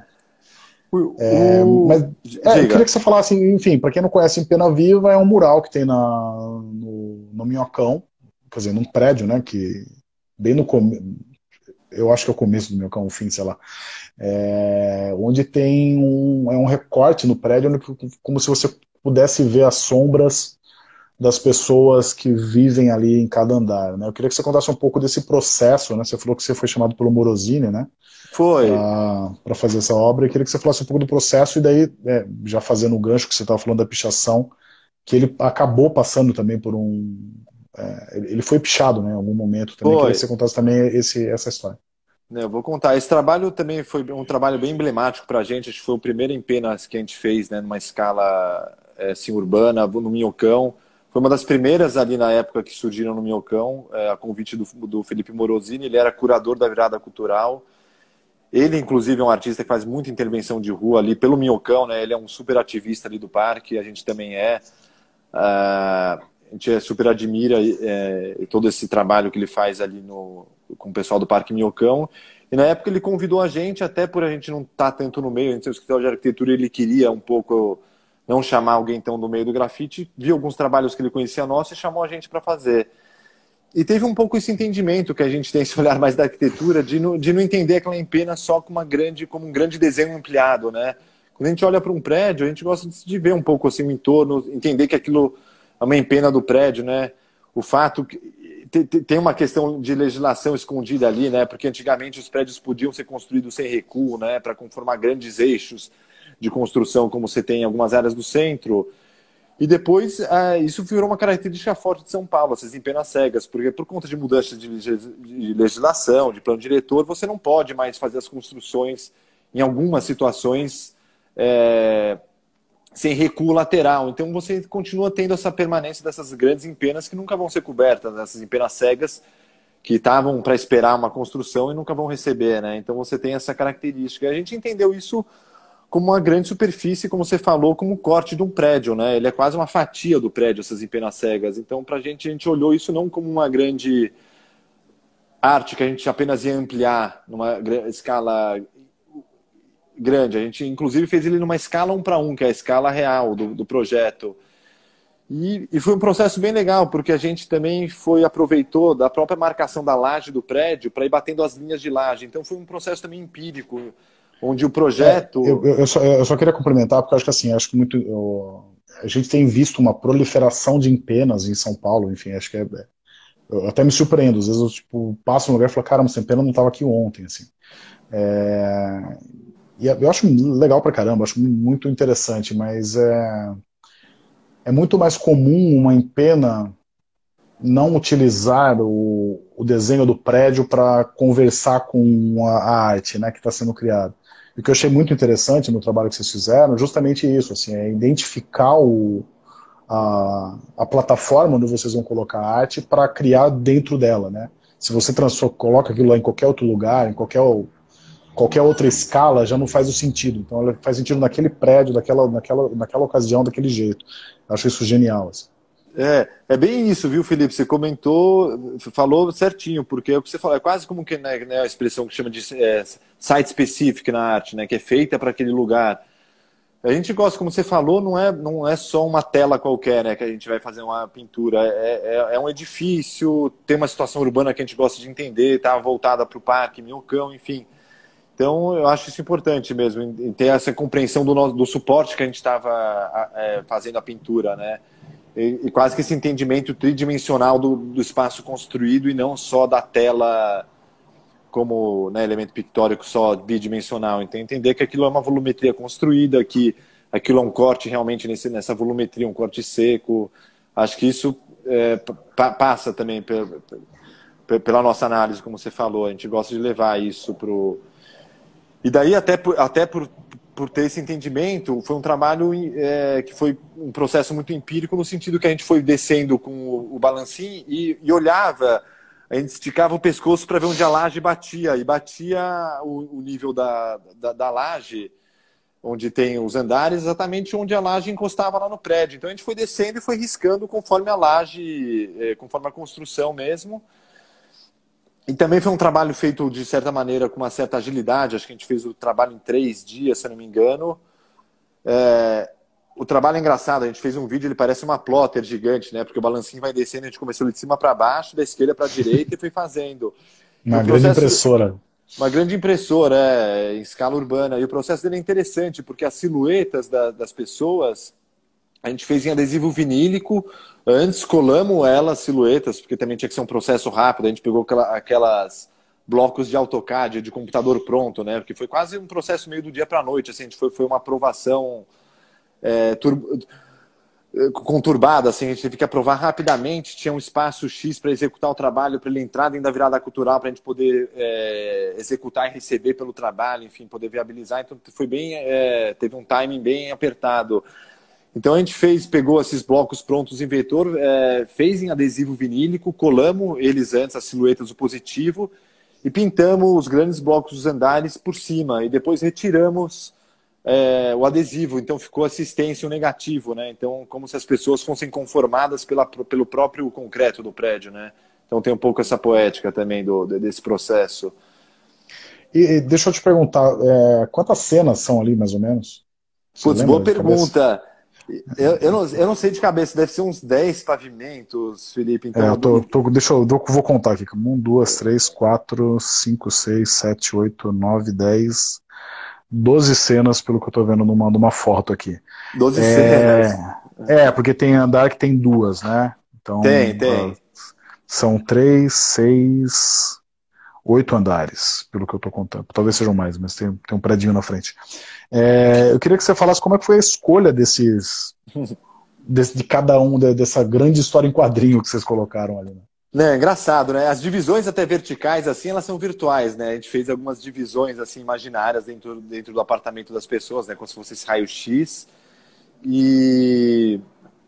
É, O, mas o- é, eu queria Diga. que você falasse, enfim, para quem não conhece Em Pena Viva, é um mural que tem na, no, no Minhocão, quer dizer, num prédio, né, que bem no começo, eu acho que é o começo do Minhocão, o fim, sei lá, é, onde tem um, é um recorte no prédio, onde, como se você pudesse ver as sombras das pessoas que vivem ali em cada andar, né? Eu queria que você contasse um pouco desse processo, né? Você falou que você foi chamado pelo Morosini, né? Foi. Para fazer essa obra. Eu queria que você falasse um pouco do processo e daí, é, já fazendo o gancho que você estava falando da pichação, que ele acabou passando também por um... É, ele foi pichado, né, em algum momento também. Eu queria que Foi. você contasse também esse, essa história. Né, Eu vou contar. Esse trabalho também foi um trabalho bem emblemático para a gente. Acho que foi o primeiro em penas que a gente fez, né, numa escala é, assim, urbana, no Minhocão. Foi uma das primeiras ali na época que surgiram no Minhocão, é, a convite do, do Felipe Morosini. Ele era curador da virada cultural. Ele, inclusive, é um artista que faz muita intervenção de rua ali pelo Minhocão, né? Ele é um super ativista ali do parque, a gente também é. Ah, a gente super admira é, todo esse trabalho que ele faz ali no, com o pessoal do Parque Minhocão. E na época ele convidou a gente, até por a gente não estar tanto no meio, a gente tem o escritório de arquitetura, ele queria um pouco não chamar alguém tão do meio do grafite, viu alguns trabalhos que ele conhecia nosso e chamou a gente para fazer. E teve um pouco esse entendimento que a gente tem, esse olhar mais da arquitetura, de não, de não entender aquela empena só como, uma grande, como um grande desenho ampliado, né? Quando a gente olha para um prédio, a gente gosta de ver um pouco assim o entorno, entender que aquilo é uma empena do prédio, né? O fato que tem uma questão de legislação escondida ali, né? Porque antigamente os prédios podiam ser construídos sem recuo, né? Para conformar grandes eixos de construção, como você tem em algumas áreas do centro. E depois, é, isso virou uma característica forte de São Paulo, essas empenas cegas, porque por conta de mudança de legislação, de plano diretor, você não pode mais fazer as construções, em algumas situações, é, sem recuo lateral. Então você continua tendo essa permanência dessas grandes empenas que nunca vão ser cobertas, né? Essas empenas cegas que estavam para esperar uma construção e nunca vão receber, né? Então você tem essa característica. E a gente entendeu isso como uma grande superfície, como você falou, como o corte de um prédio, né? Ele é quase uma fatia do prédio, essas empenas cegas. Então, para a gente, a gente olhou isso não como uma grande arte que a gente apenas ia ampliar numa escala grande. A gente, inclusive, fez ele numa escala um para um, que é a escala real do, do projeto. E, e foi um processo bem legal, porque a gente também foi aproveitou da própria marcação da laje do prédio para ir batendo as linhas de laje. Então, foi um processo também empírico, onde o É, eu, projeto... eu, só, eu só queria complementar, porque eu acho que assim, acho que muito. Eu, a gente tem visto uma proliferação de empenas em São Paulo, enfim, acho que é. Eu até me surpreendo, às vezes eu tipo, passo no lugar e falo, caramba, essa empena não estava aqui ontem, assim. É, e eu acho legal pra caramba, acho muito interessante, mas é, é muito mais comum uma empena não utilizar o, o desenho do prédio para conversar com a, a arte, né, que está sendo criada. E o que eu achei muito interessante no trabalho que vocês fizeram, é justamente isso, assim, é identificar o, a, a plataforma onde vocês vão colocar a arte para criar dentro dela, né? Se você transforma, coloca aquilo lá em qualquer outro lugar, em qualquer, qualquer outra escala, já não faz o sentido. Então ela faz sentido naquele prédio, naquela, naquela, naquela ocasião, daquele jeito. Eu acho isso genial, assim. É, é bem isso, viu, Felipe? Você comentou, falou certinho, porque é o que você falou, é quase como que, né, né, a expressão que chama de é, site specific na arte, né, que é feita para aquele lugar. A gente gosta, como você falou, não é, não é só uma tela qualquer, né, que a gente vai fazer uma pintura, é, é, é um edifício, tem uma situação urbana que a gente gosta de entender, tá voltada para o parque, Minhocão, enfim. Então, eu acho isso importante mesmo, em ter essa compreensão do, nosso, do suporte que a gente estava é, fazendo a pintura, né? E, e quase que esse entendimento tridimensional do, do espaço construído e não só da tela como, né, elemento pictórico só bidimensional. Então, entender que aquilo é uma volumetria construída, que aquilo é um corte realmente nesse, nessa volumetria, um corte seco. Acho que isso é, pa, passa também pela, pela nossa análise, como você falou. A gente gosta de levar isso para o... E daí, até por, até por, por ter esse entendimento, foi um trabalho é, que foi um processo muito empírico, no sentido que a gente foi descendo com o, o balancinho e, e olhava, a gente esticava o pescoço para ver onde a laje batia, e batia o, o nível da, da, da laje, onde tem os andares, exatamente onde a laje encostava lá no prédio. Então a gente foi descendo e foi riscando conforme a laje, é, conforme a construção mesmo. E também foi um trabalho feito, de certa maneira, com uma certa agilidade. Acho que a gente fez o trabalho em três dias, se eu não me engano. É... O trabalho é engraçado. A gente fez um vídeo, ele parece uma plotter gigante, né? Porque o balancinho vai descendo, a gente começou de cima para baixo, da esquerda para a direita, e foi fazendo. Uma grande processo... impressora. Uma grande impressora, é, em escala urbana. E o processo dele é interessante, porque as silhuetas da, das pessoas, a gente fez em adesivo vinílico. Antes colamos elas, silhuetas, porque também tinha que ser um processo rápido. A gente pegou aquela, aquelas blocos de AutoCAD, de computador pronto, né? Porque foi quase um processo meio do dia para a noite. Assim, a gente foi, foi uma aprovação é, tur... conturbada. Assim, a gente teve que aprovar rapidamente. Tinha um espaço X para executar o trabalho, para ele entrar dentro da virada cultural, para a gente poder é, executar e receber pelo trabalho, enfim, poder viabilizar. Então foi bem, é, teve um timing bem apertado. Então a gente fez, pegou esses blocos prontos em vetor, é, fez em adesivo vinílico, colamos eles antes, as silhuetas do positivo, e pintamos os grandes blocos dos andares por cima, e depois retiramos é, o adesivo, então ficou assistência negativo, né? Então, como se as pessoas fossem conformadas pela, pelo próprio concreto do prédio, né? Então tem um pouco essa poética também do, desse processo. E, e deixa eu te perguntar, é, quantas cenas são ali, mais ou menos? Você Putz, boa pergunta. Eu, eu, não, eu não sei de cabeça, deve ser uns dez pavimentos, Felipe. Então, é, eu tô, tô, deixa eu, eu vou contar aqui. um, dois, três, quatro, cinco, seis, sete, oito, nove, dez, doze cenas, pelo que eu tô vendo numa, numa foto aqui. doze é, cenas. É, porque tem andar que tem duas, né? Então, tem, tem. Uh, são três, seis, oito andares, pelo que eu tô contando. Talvez sejam mais, mas tem, tem um predinho na frente. É, eu queria que você falasse como é que foi a escolha desses, desse, de cada um, de, dessa grande história em quadrinho que vocês colocaram ali. Né? É engraçado, né? As divisões até verticais, assim, elas são virtuais, né? A gente fez algumas divisões, assim, imaginárias dentro, dentro do apartamento das pessoas, né? Como se fosse esse raio-x. E...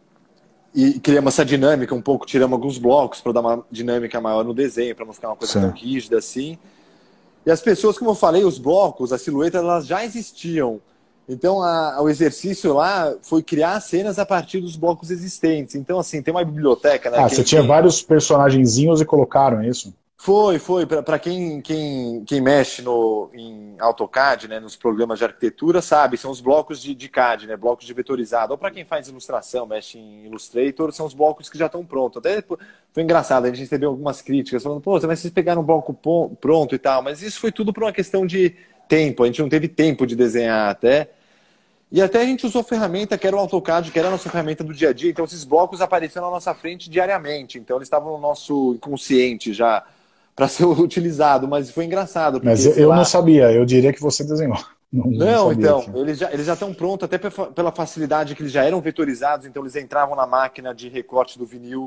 e criamos essa dinâmica um pouco, tiramos alguns blocos para dar uma dinâmica maior no desenho, para não ficar uma coisa Sim. tão rígida assim. E as pessoas, como eu falei, os blocos, as silhuetas, elas já existiam. Então, a, o exercício lá foi criar cenas a partir dos blocos existentes. Então, assim, tem uma biblioteca... Né, ah, que, você tinha que... vários personagenzinhos e colocaram, é isso? Foi, foi. Para quem, quem, quem mexe no, em AutoCAD, né, nos programas de arquitetura, sabe, são os blocos de, de C A D, né, blocos de vetorizado. Ou para quem faz ilustração, mexe em Illustrator, são os blocos que já estão prontos. Até foi engraçado, a gente recebeu algumas críticas falando, pô, mas vocês pegaram um bloco pronto e tal. Mas isso foi tudo por uma questão de tempo. A gente não teve tempo de desenhar até. E até a gente usou ferramenta que era o AutoCAD, que era a nossa ferramenta do dia a dia. Então esses blocos apareciam na nossa frente diariamente. Então eles estavam no nosso inconsciente já para ser utilizado, mas foi engraçado. Porque, mas eu, eu lá... não sabia, eu diria que você desenhou. Não, não então, que... eles já, eles já estão prontos, até pela facilidade que eles já eram vetorizados, então eles entravam na máquina de recorte do vinil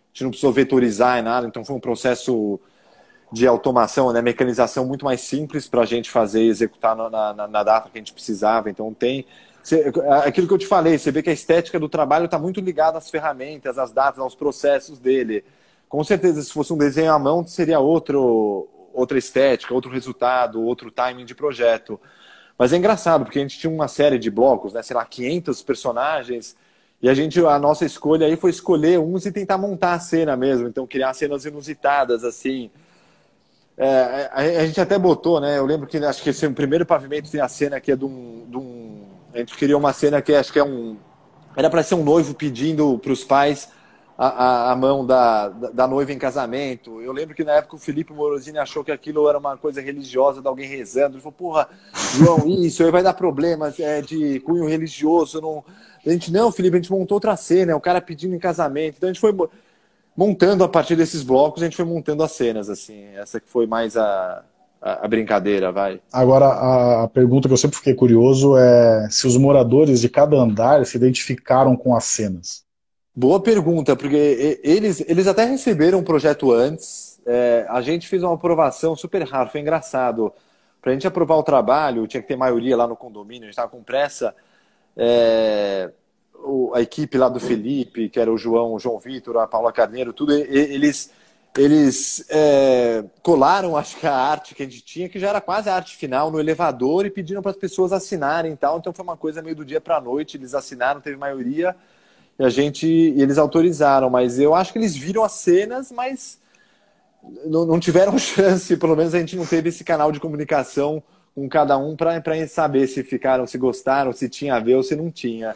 gente não precisou vetorizar e nada, então foi um processo de automação, né, mecanização muito mais simples para a gente fazer e executar na, na, na data que a gente precisava. Então tem cê, aquilo que eu te falei, você vê que a estética do trabalho está muito ligada às ferramentas, às datas, aos processos dele. Com certeza, se fosse um desenho à mão, seria outro, outra estética, outro resultado, outro timing de projeto. Mas é engraçado, porque a gente tinha uma série de blocos, né, sei lá, quinhentos personagens, e a, gente, a nossa escolha aí foi escolher uns e tentar montar a cena mesmo, então criar cenas inusitadas, assim. É, a, a gente até botou, né? Eu lembro que acho que esse o primeiro pavimento tem a cena que é de um, de um. A gente queria uma cena que acho que é um. Era para ser um noivo pedindo para os pais a, a, a mão da, da, da noiva em casamento. Eu lembro que na época o Felipe Morosini achou que aquilo era uma coisa religiosa de alguém rezando. Ele falou, porra, João, isso aí vai dar problemas é, de cunho religioso. Não... A gente, não, Felipe, a gente montou outra cena, é o cara pedindo em casamento. Então a gente foi montando a partir desses blocos, a gente foi montando as cenas, assim. Essa que foi mais a, a, a brincadeira, vai. Agora, a, a pergunta que eu sempre fiquei curioso é se os moradores de cada andar se identificaram com as cenas. Boa pergunta, porque eles, eles até receberam um projeto antes, é, a gente fez uma aprovação super rara, foi engraçado. Para a gente aprovar o trabalho, tinha que ter maioria lá no condomínio, a gente estava com pressa. É, o, a equipe lá do Felipe, que era o João, o João Vitor, a Paula Carneiro, tudo, eles, eles é, colaram, acho que a arte que a gente tinha, que já era quase a arte final, no elevador, e pediram para as pessoas assinarem e tal. Então foi uma coisa meio do dia para a noite, eles assinaram, teve maioria, e a gente, e eles autorizaram, mas eu acho que eles viram as cenas, mas não, não tiveram chance, pelo menos a gente não teve esse canal de comunicação com cada um para saber se ficaram, se gostaram, se tinha a ver ou se não tinha.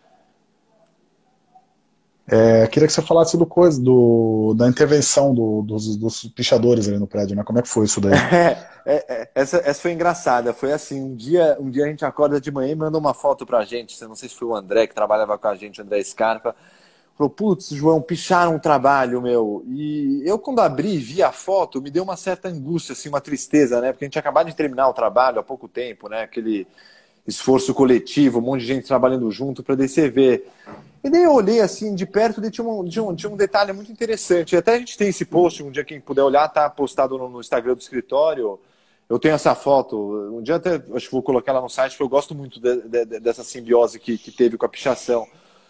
É, queria que você falasse do coisa, do, da intervenção do, dos, dos pichadores ali no prédio, né? Como é que foi isso daí? É, é, é, essa, essa foi engraçada. Foi assim, um dia, um dia a gente acorda de manhã e manda uma foto pra gente. Não sei se foi o André que trabalhava com a gente, o André Scarpa. Falou, putz, João, picharam um trabalho, meu. E eu, quando abri e vi a foto, me deu uma certa angústia, assim, uma tristeza, né? Porque a gente tinha acabado de terminar o trabalho há pouco tempo, né? Aquele esforço coletivo, um monte de gente trabalhando junto para descer ver. E daí eu olhei assim de perto e tinha um, tinha, um, tinha um detalhe muito interessante. Até a gente tem esse post, um dia quem puder olhar, tá postado no, no Instagram do escritório. Eu tenho essa foto. Um dia até acho que vou colocar lá no site, porque eu gosto muito de, de, de, dessa simbiose que, que teve com a pichação.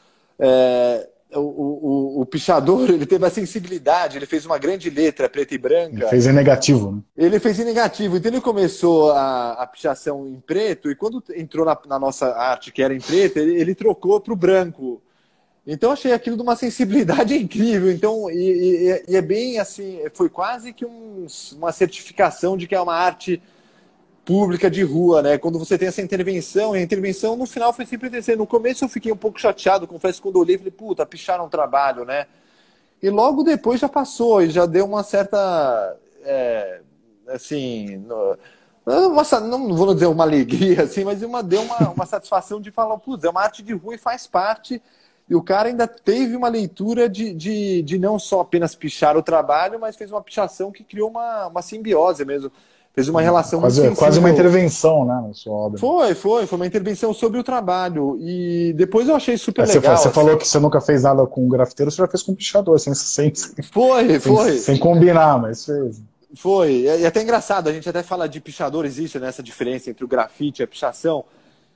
É, o, o, o pichador, ele teve a sensibilidade, ele fez uma grande letra preta e branca. Ele fez em negativo, né? Ele fez em negativo. Então ele começou a, a pichação em preto e quando entrou na, na nossa arte, que era em preto, ele, ele trocou para o branco. Então eu achei aquilo de uma sensibilidade incrível. Então, e, e, e é bem assim, foi quase que um, uma certificação de que é uma arte pública de rua, né? Quando você tem essa intervenção, e a intervenção no final foi sempre descer. No começo eu fiquei um pouco chateado, confesso, quando eu olhei, falei, puta, picharam um trabalho, né? E logo depois já passou, e já deu uma certa, é, assim, uma, não vou dizer uma alegria, assim, mas uma, deu uma, uma satisfação de falar, putz, é uma arte de rua e faz parte. E o cara ainda teve uma leitura de, de, de não só apenas pichar o trabalho, mas fez uma pichação que criou uma, uma simbiose mesmo. Fez uma relação quase, muito quase uma intervenção, né, na sua obra. Foi, foi. Foi uma intervenção sobre o trabalho. E depois eu achei super é, legal. Você, você assim. falou que você nunca fez nada com grafiteiro, você já fez com pichador, sem, sem, foi, sem, foi. sem combinar, mas fez. Foi. E é até engraçado, a gente até fala de pichador, existe né, essa diferença entre o grafite e a pichação.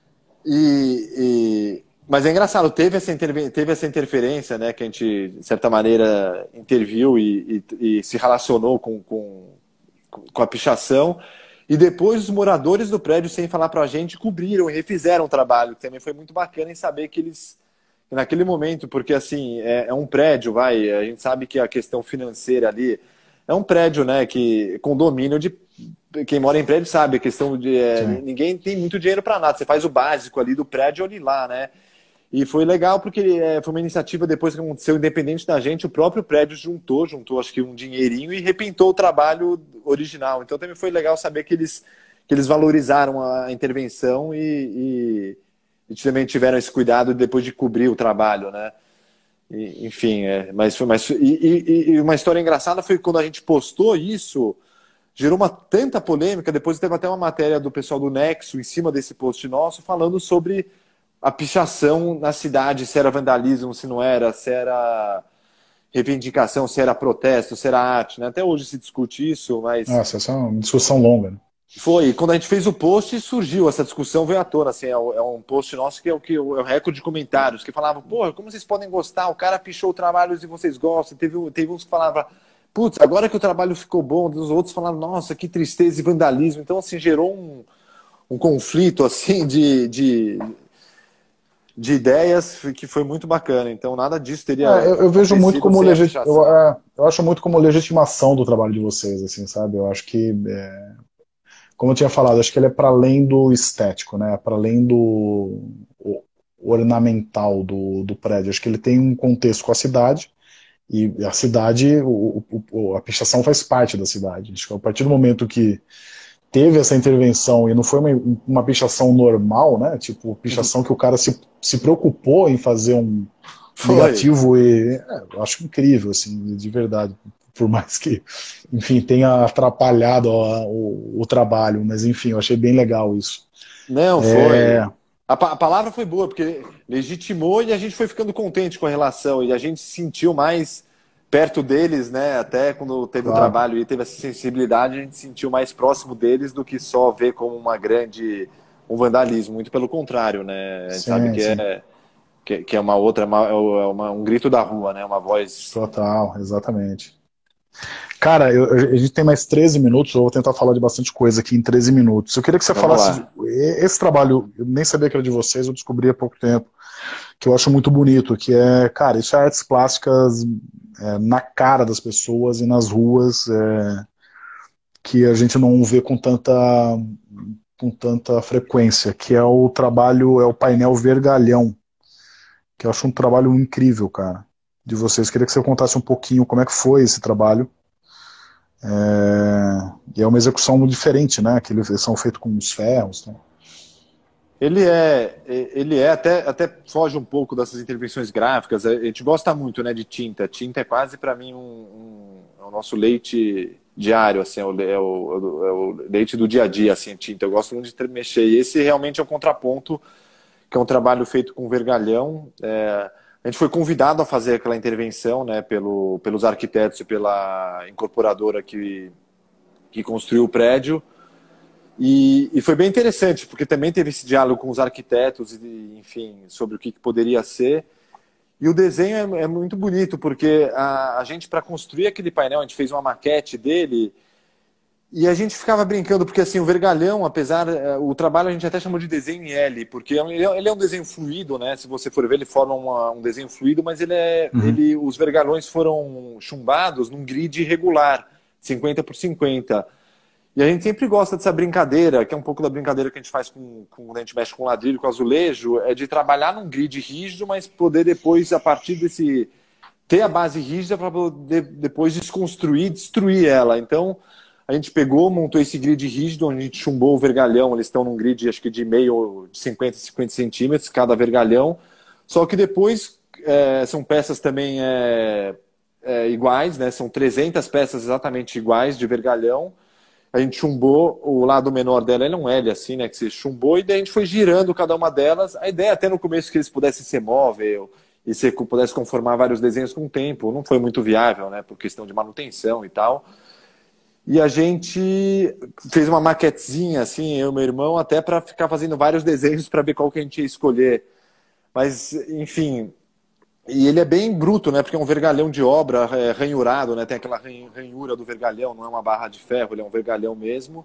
E... e... Mas é engraçado, teve essa, interve... teve essa interferência, né, que a gente, de certa maneira, interviu e, e, e se relacionou com, com, com a pichação. E depois os moradores do prédio, sem falar pra gente, cobriram e refizeram o trabalho, que também foi muito bacana em saber que eles, naquele momento, porque assim, é, é um prédio, vai, a gente sabe que a questão financeira ali, é um prédio, né, que condomínio de... Quem mora em prédio sabe, a questão de... É, ninguém tem muito dinheiro para nada, você faz o básico ali do prédio ali lá, né? E foi legal porque é, foi uma iniciativa depois que aconteceu, independente da gente, o próprio prédio juntou, juntou acho que um dinheirinho e repintou o trabalho original. Então também foi legal saber que eles, que eles valorizaram a intervenção e, e, e também tiveram esse cuidado depois de cobrir o trabalho, né? E, enfim, é, mas foi mas, e, e, e uma história engraçada foi quando a gente postou isso, gerou uma tanta polêmica, depois teve até uma matéria do pessoal do Nexo em cima desse post nosso falando sobre a pichação na cidade, se era vandalismo, se não era, se era... reivindicação, se era protesto, se era arte, né? Até hoje se discute isso, mas... Nossa, essa é uma discussão longa, né? Foi, quando a gente fez o post, surgiu essa discussão, veio à tona, assim, é um post nosso que é o, que, é o recorde de comentários, que falavam, pô, como vocês podem gostar? O cara pichou trabalhos e vocês gostam. Teve, teve uns que falavam, putz, agora que o trabalho ficou bom, os outros falavam, nossa, que tristeza e vandalismo. Então, assim, gerou um, um conflito, assim, de, de, de ideias que foi muito bacana. Então, nada disso teria É, eu, eu vejo muito como legit... eu, pichação. é, eu acho muito como legitimação do trabalho de vocês, assim, sabe? Eu acho que é, como eu tinha falado, acho que ele é para além do estético, né? Para além do o- ornamental do, do prédio. Acho que ele tem um contexto com a cidade, e a cidade, o, o- o- a pichação faz parte da cidade. Acho que a partir do momento que teve essa intervenção e não foi uma, uma pichação normal, né? Tipo, pichação que o cara se, se preocupou em fazer um Foi. negativo e é, eu acho incrível, assim, de verdade. Por mais que, enfim, tenha atrapalhado ó, o, o trabalho, mas enfim, eu achei bem legal isso. Não, É, foi. A, pa- a palavra foi boa, porque legitimou e a gente foi ficando contente com a relação. E a gente se sentiu mais perto deles, né? Até quando teve o claro, trabalho e teve essa sensibilidade, a gente se sentiu mais próximo deles do que só ver como uma grande, um vandalismo. Muito pelo contrário, né? A gente sabe sim, que sim, é, que, que é uma outra, uma- é uma- um grito da rua, né? Uma voz. total, exatamente. Cara, eu- eu- a gente tem mais treze minutos, eu vou tentar falar de bastante coisa aqui em treze minutos. Eu queria que você Vamos falasse, de, lá. esse trabalho, eu nem sabia que era de vocês, eu descobri há pouco tempo, que eu acho muito bonito, que é, cara, isso é artes plásticas é, na cara das pessoas e nas ruas, é, que a gente não vê com tanta, com tanta frequência, que é o trabalho, é o painel Vergalhão, que eu acho um trabalho incrível, cara, de vocês. Queria que você contasse um pouquinho como é que foi esse trabalho. É, e é uma execução diferente, né? Que eles são feitos com os ferros. Né? Ele é, ele é até, até foge um pouco dessas intervenções gráficas. A gente gosta muito, né, de tinta. Tinta é quase para mim um, um- é o nosso leite diário, assim, é o, é o- é o leite do dia a dia, assim, a tinta. Eu gosto muito de mexer. E esse realmente é o contraponto, que é um trabalho feito com vergalhão. É, a gente foi convidado a fazer aquela intervenção, né, pelo, pelos arquitetos e pela incorporadora que, que construiu o prédio. E, e foi bem interessante, porque também teve esse diálogo com os arquitetos, e, enfim, sobre o que, que poderia ser. E o desenho é, é muito bonito, porque a, a gente, para construir aquele painel, a gente fez uma maquete dele, e a gente ficava brincando, porque assim, o vergalhão, apesar, eh, o trabalho a gente até chamou de desenho em L, porque ele é ele é um desenho fluido, né? Se você for ver, ele forma uma- um desenho fluido, mas ele é, Uhum. ele, os vergalhões foram chumbados num grid irregular, cinquenta por cinquenta. E a gente sempre gosta dessa brincadeira, que é um pouco da brincadeira que a gente faz com, com quando a gente mexe com ladrilho, com azulejo, é de trabalhar num grid rígido, mas poder depois, a partir desse, ter a base rígida para poder depois desconstruir, destruir ela. Então, a gente pegou, montou esse grid rígido, onde a gente chumbou o vergalhão, eles estão num grid, acho que de meio, de cinquenta, cinquenta centímetros, cada vergalhão. Só que depois, é, são peças também é, é, iguais, né? São trezentas peças exatamente iguais de vergalhão. A gente chumbou o lado menor dela, ele é um L assim, né? Que você chumbou, e daí a gente foi girando cada uma delas. A ideia até no começo que eles pudessem ser móvel e você pudesse conformar vários desenhos com o tempo. Não foi muito viável, né? Por questão de manutenção e tal. E a gente fez uma maquetezinha, assim, eu e meu irmão, até para ficar fazendo vários desenhos para ver qual que a gente ia escolher. Mas, enfim, e ele é bem bruto, né? Porque é um vergalhão de obra, é, ranhurado, né? Tem aquela ran- ranhura do vergalhão, não é uma barra de ferro, ele é um vergalhão mesmo.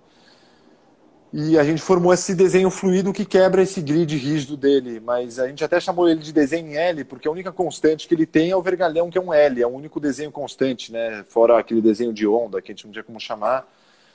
E a gente formou esse desenho fluido que quebra esse grid rígido dele. Mas a gente até chamou ele de desenho em L, porque a única constante que ele tem é o vergalhão, que é um L, é o único desenho constante, né? Fora aquele desenho de onda, que a gente não tinha como chamar.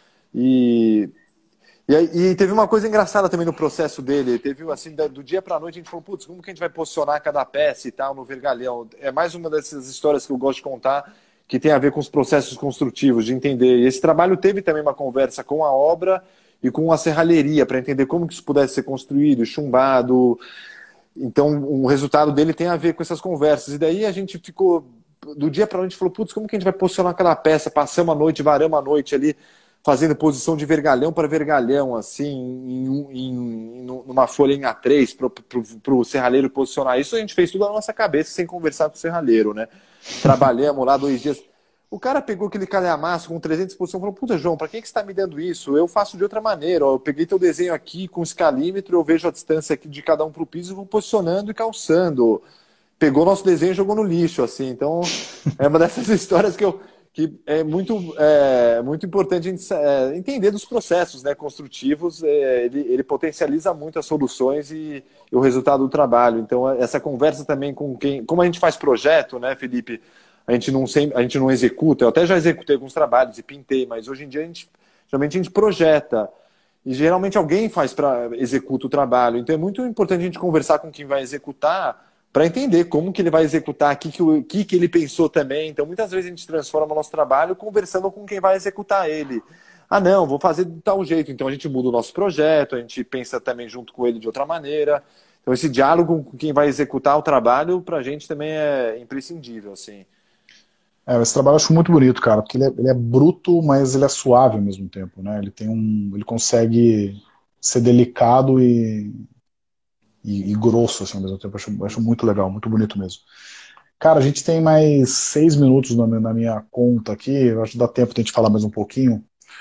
E e, aí- e teve uma coisa engraçada também no processo dele. Teve, assim, da- do dia pra noite, a gente falou, putz, como que a gente vai posicionar cada peça e tal no vergalhão? É mais uma dessas histórias que eu gosto de contar, que tem a ver com os processos construtivos, de entender. E esse trabalho teve também uma conversa com a obra e com a serralheria, para entender como que isso pudesse ser construído, chumbado. Então, o resultado dele tem a ver com essas conversas. E daí a gente ficou, do dia para noite, falou, putz, como que a gente vai posicionar cada peça? Passamos a noite, varamos a noite ali, fazendo posição de vergalhão para vergalhão, assim, em, um- em- numa folha em A três, para o serralheiro posicionar. Isso a gente fez tudo na nossa cabeça, sem conversar com o serralheiro, né? trabalhamos lá dois dias. O cara pegou aquele calhamaço com trezentos de exposição e falou, puta, João, pra que, que você está me dando isso? Eu faço de outra maneira. Ó, eu peguei teu desenho aqui com escalímetro, eu vejo a distância aqui de cada um pro piso e vou posicionando e calçando. Pegou nosso desenho e jogou no lixo, assim. Então, é uma dessas histórias que, eu, que é, muito, é muito importante a gente é, entender dos processos, né, construtivos. É, ele, ele potencializa muito as soluções e, e o resultado do trabalho. Então, essa conversa também com quem... Como a gente faz projeto, né, Felipe? A gente, não sem, a gente não executa, eu até já executei alguns trabalhos e pintei, mas hoje em dia a gente, geralmente a gente projeta e geralmente alguém faz para executa o trabalho. Então é muito importante a gente conversar com quem vai executar para entender como que ele vai executar, o que, que, o que, que ele pensou também. Então muitas vezes a gente transforma o nosso trabalho conversando com quem vai executar ele. Ah não, vou fazer de tal jeito, então a gente muda o nosso projeto, a gente pensa também junto com ele de outra maneira. Então esse diálogo com quem vai executar o trabalho para a gente também é imprescindível, assim. É, esse trabalho eu acho muito bonito, cara, porque ele é, ele é bruto, mas ele é suave ao mesmo tempo, né? Ele tem um, ele consegue ser delicado e, e, e grosso assim, ao mesmo tempo. Eu acho, eu acho muito legal, muito bonito mesmo. Cara, a gente tem mais seis minutos na, minha- na minha conta aqui. Eu acho que dá tempo de a gente falar mais um pouquinho.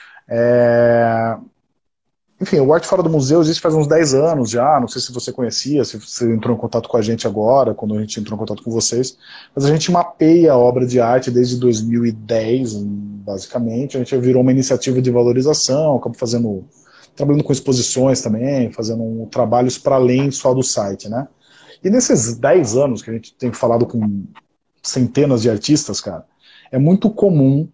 É, Enfim, o Arte Fora do Museu existe faz uns dez anos já, não sei se você conhecia, se você entrou em contato com a gente agora, quando a gente entrou em contato com vocês, mas a gente mapeia a obra de arte desde dois mil e dez, basicamente. A gente virou uma iniciativa de valorização, acabou fazendo, trabalhando com exposições também, fazendo um, trabalhos para além só do site, né? E nesses dez anos que a gente tem falado com centenas de artistas, cara, é muito comum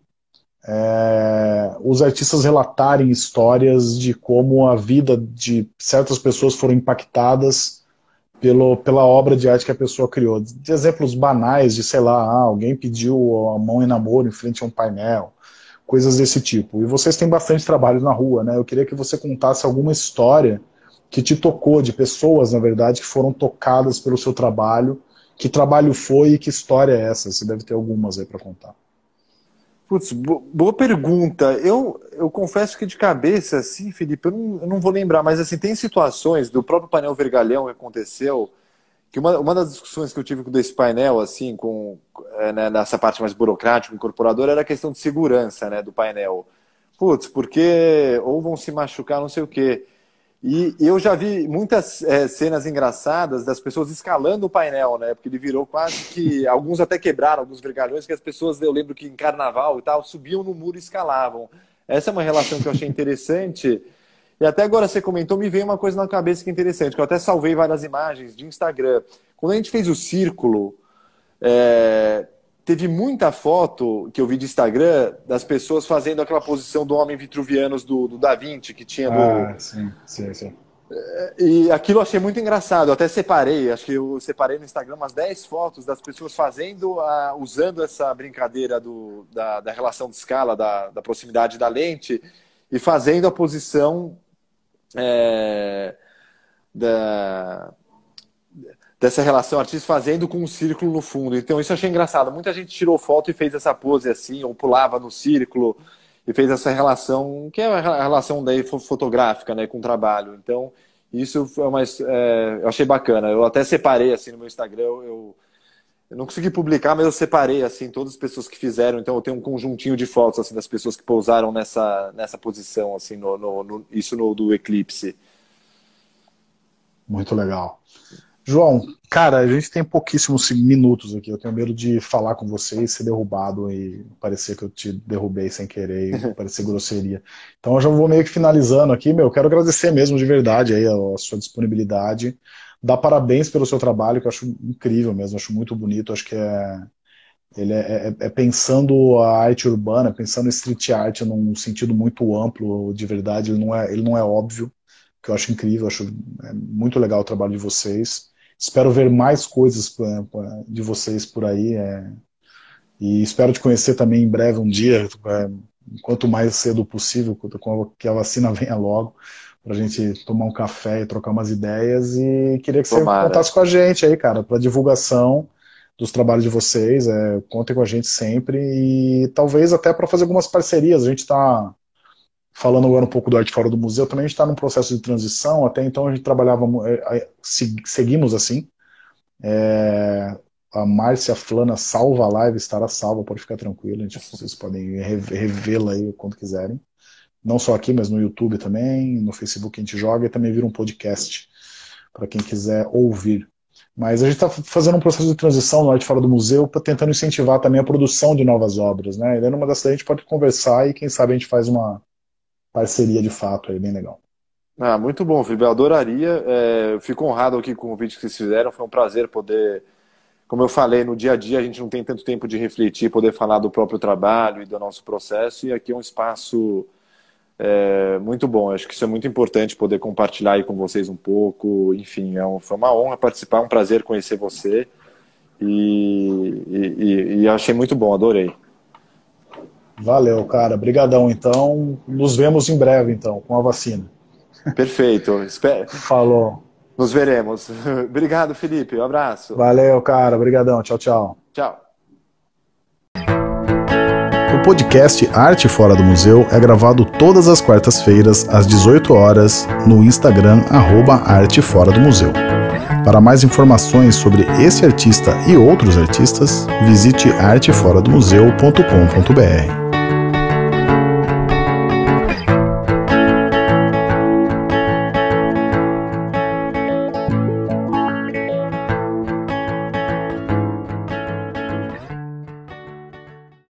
é, os artistas relatarem histórias de como a vida de certas pessoas foram impactadas pelo, pela obra de arte que a pessoa criou. De exemplos banais de, sei lá, ah, alguém pediu a mão em namoro em frente a um painel, coisas desse tipo. E vocês têm bastante trabalho na rua, né? Eu queria que você contasse alguma história que te tocou, de pessoas, na verdade, que foram tocadas pelo seu trabalho. Que trabalho foi e que história é essa? Você deve ter algumas aí para contar. Putz, bo- boa pergunta. Eu, eu confesso que de cabeça, assim, Felipe, eu não, eu não vou lembrar, mas assim, tem situações do próprio painel Vergalhão que aconteceu, que uma, uma das discussões que eu tive com desse painel, assim, com, é, né, nessa parte mais burocrática, incorporadora, era a questão de segurança, né, do painel. Putz, porque ou vão se machucar, não sei o quê. E eu já vi muitas é, cenas engraçadas das pessoas escalando o painel, né? Porque ele virou quase que. Alguns até quebraram, alguns vergalhões, que as pessoas, eu lembro que em carnaval e tal, subiam no muro e escalavam. Essa é uma relação que eu achei interessante. E até agora você comentou, me veio uma coisa na cabeça que é interessante, que eu até salvei várias imagens de Instagram. Quando a gente fez o círculo, é, teve muita foto que eu vi de Instagram das pessoas fazendo aquela posição do homem vitruvianos do, do Da Vinci, que tinha do. Ah, sim, sim, sim. E aquilo eu achei muito engraçado. Eu até separei, acho que eu separei no Instagram umas dez fotos das pessoas fazendo, a, usando essa brincadeira do, da, da relação de escala, da, da proximidade da lente, e fazendo a posição é, da, dessa relação artista fazendo com um círculo no fundo. Então isso eu achei engraçado. Muita gente tirou foto e fez essa pose assim, ou pulava no círculo e fez essa relação, que é a relação daí fotográfica, né, com o trabalho. Então isso foi uma, é, eu achei bacana. Eu até separei assim no meu Instagram, eu, eu não consegui publicar, mas eu separei assim todas as pessoas que fizeram. Então eu tenho um conjuntinho de fotos assim das pessoas que pousaram nessa nessa posição assim no, no, no isso no do eclipse. Muito legal. João, cara, a gente tem pouquíssimos minutos aqui. Eu tenho medo de falar com você e ser derrubado e parecer que eu te derrubei sem querer e parecer grosseria. Então eu já vou meio que finalizando aqui, meu. Quero agradecer mesmo de verdade aí a, a sua disponibilidade. Dar parabéns pelo seu trabalho, que eu acho incrível mesmo, acho muito bonito. Acho que é, ele é, é- é pensando a arte urbana, pensando street art num sentido muito amplo, de verdade. Ele não é, ele não é óbvio, que eu acho incrível, acho é, muito legal o trabalho de vocês. Espero ver mais coisas eh, de vocês por aí. É, e espero te conhecer também em breve um dia, é, quanto mais cedo possível, quanto- com que a vacina venha logo, para a gente tomar um café e trocar umas ideias. E queria que você Tomara. contasse com a gente aí, cara, para divulgação dos trabalhos de vocês. É, contem com a gente sempre e talvez até para fazer algumas parcerias. A gente está falando agora um pouco do Arte Fora do Museu, também a gente está num processo de transição. Até então a gente trabalhava, é, é, se- seguimos assim, a Márcia Flana salva a live, estará salva, pode ficar tranquilo, a gente, vocês podem revê-la aí quando quiserem. Não só aqui, mas no YouTube também, no Facebook a gente joga e também vira um podcast para quem quiser ouvir. Mas a gente está fazendo um processo de transição no Arte Fora do Museu, para tentando incentivar também a produção de novas obras, né? E daí numa dessas a gente pode conversar e quem sabe a gente faz uma parceria de fato aí, bem legal. Ah, muito bom, Felipe, eu adoraria. É, eu fico honrado aqui com o convite que vocês fizeram, foi um prazer poder, como eu falei, no dia a dia a gente não tem tanto tempo de refletir, poder falar do próprio trabalho e do nosso processo, e aqui é um espaço É, muito bom, acho que isso é muito importante poder compartilhar aí com vocês um pouco, enfim, é um, foi uma honra participar, um prazer conhecer você e, e, e achei muito bom, adorei. Valeu, cara, brigadão então, nos vemos em breve então, com a vacina. Perfeito, Espero... Falou. Nos veremos. Obrigado, Felipe, um abraço. Valeu, cara, brigadão, tchau, tchau. Tchau. O podcast Arte Fora do Museu é gravado todas as quartas-feiras, às dezoito horas, no Instagram, arroba Arte Fora do Museu. Para mais informações sobre esse artista e outros artistas, visite arte fora do museu ponto com ponto br.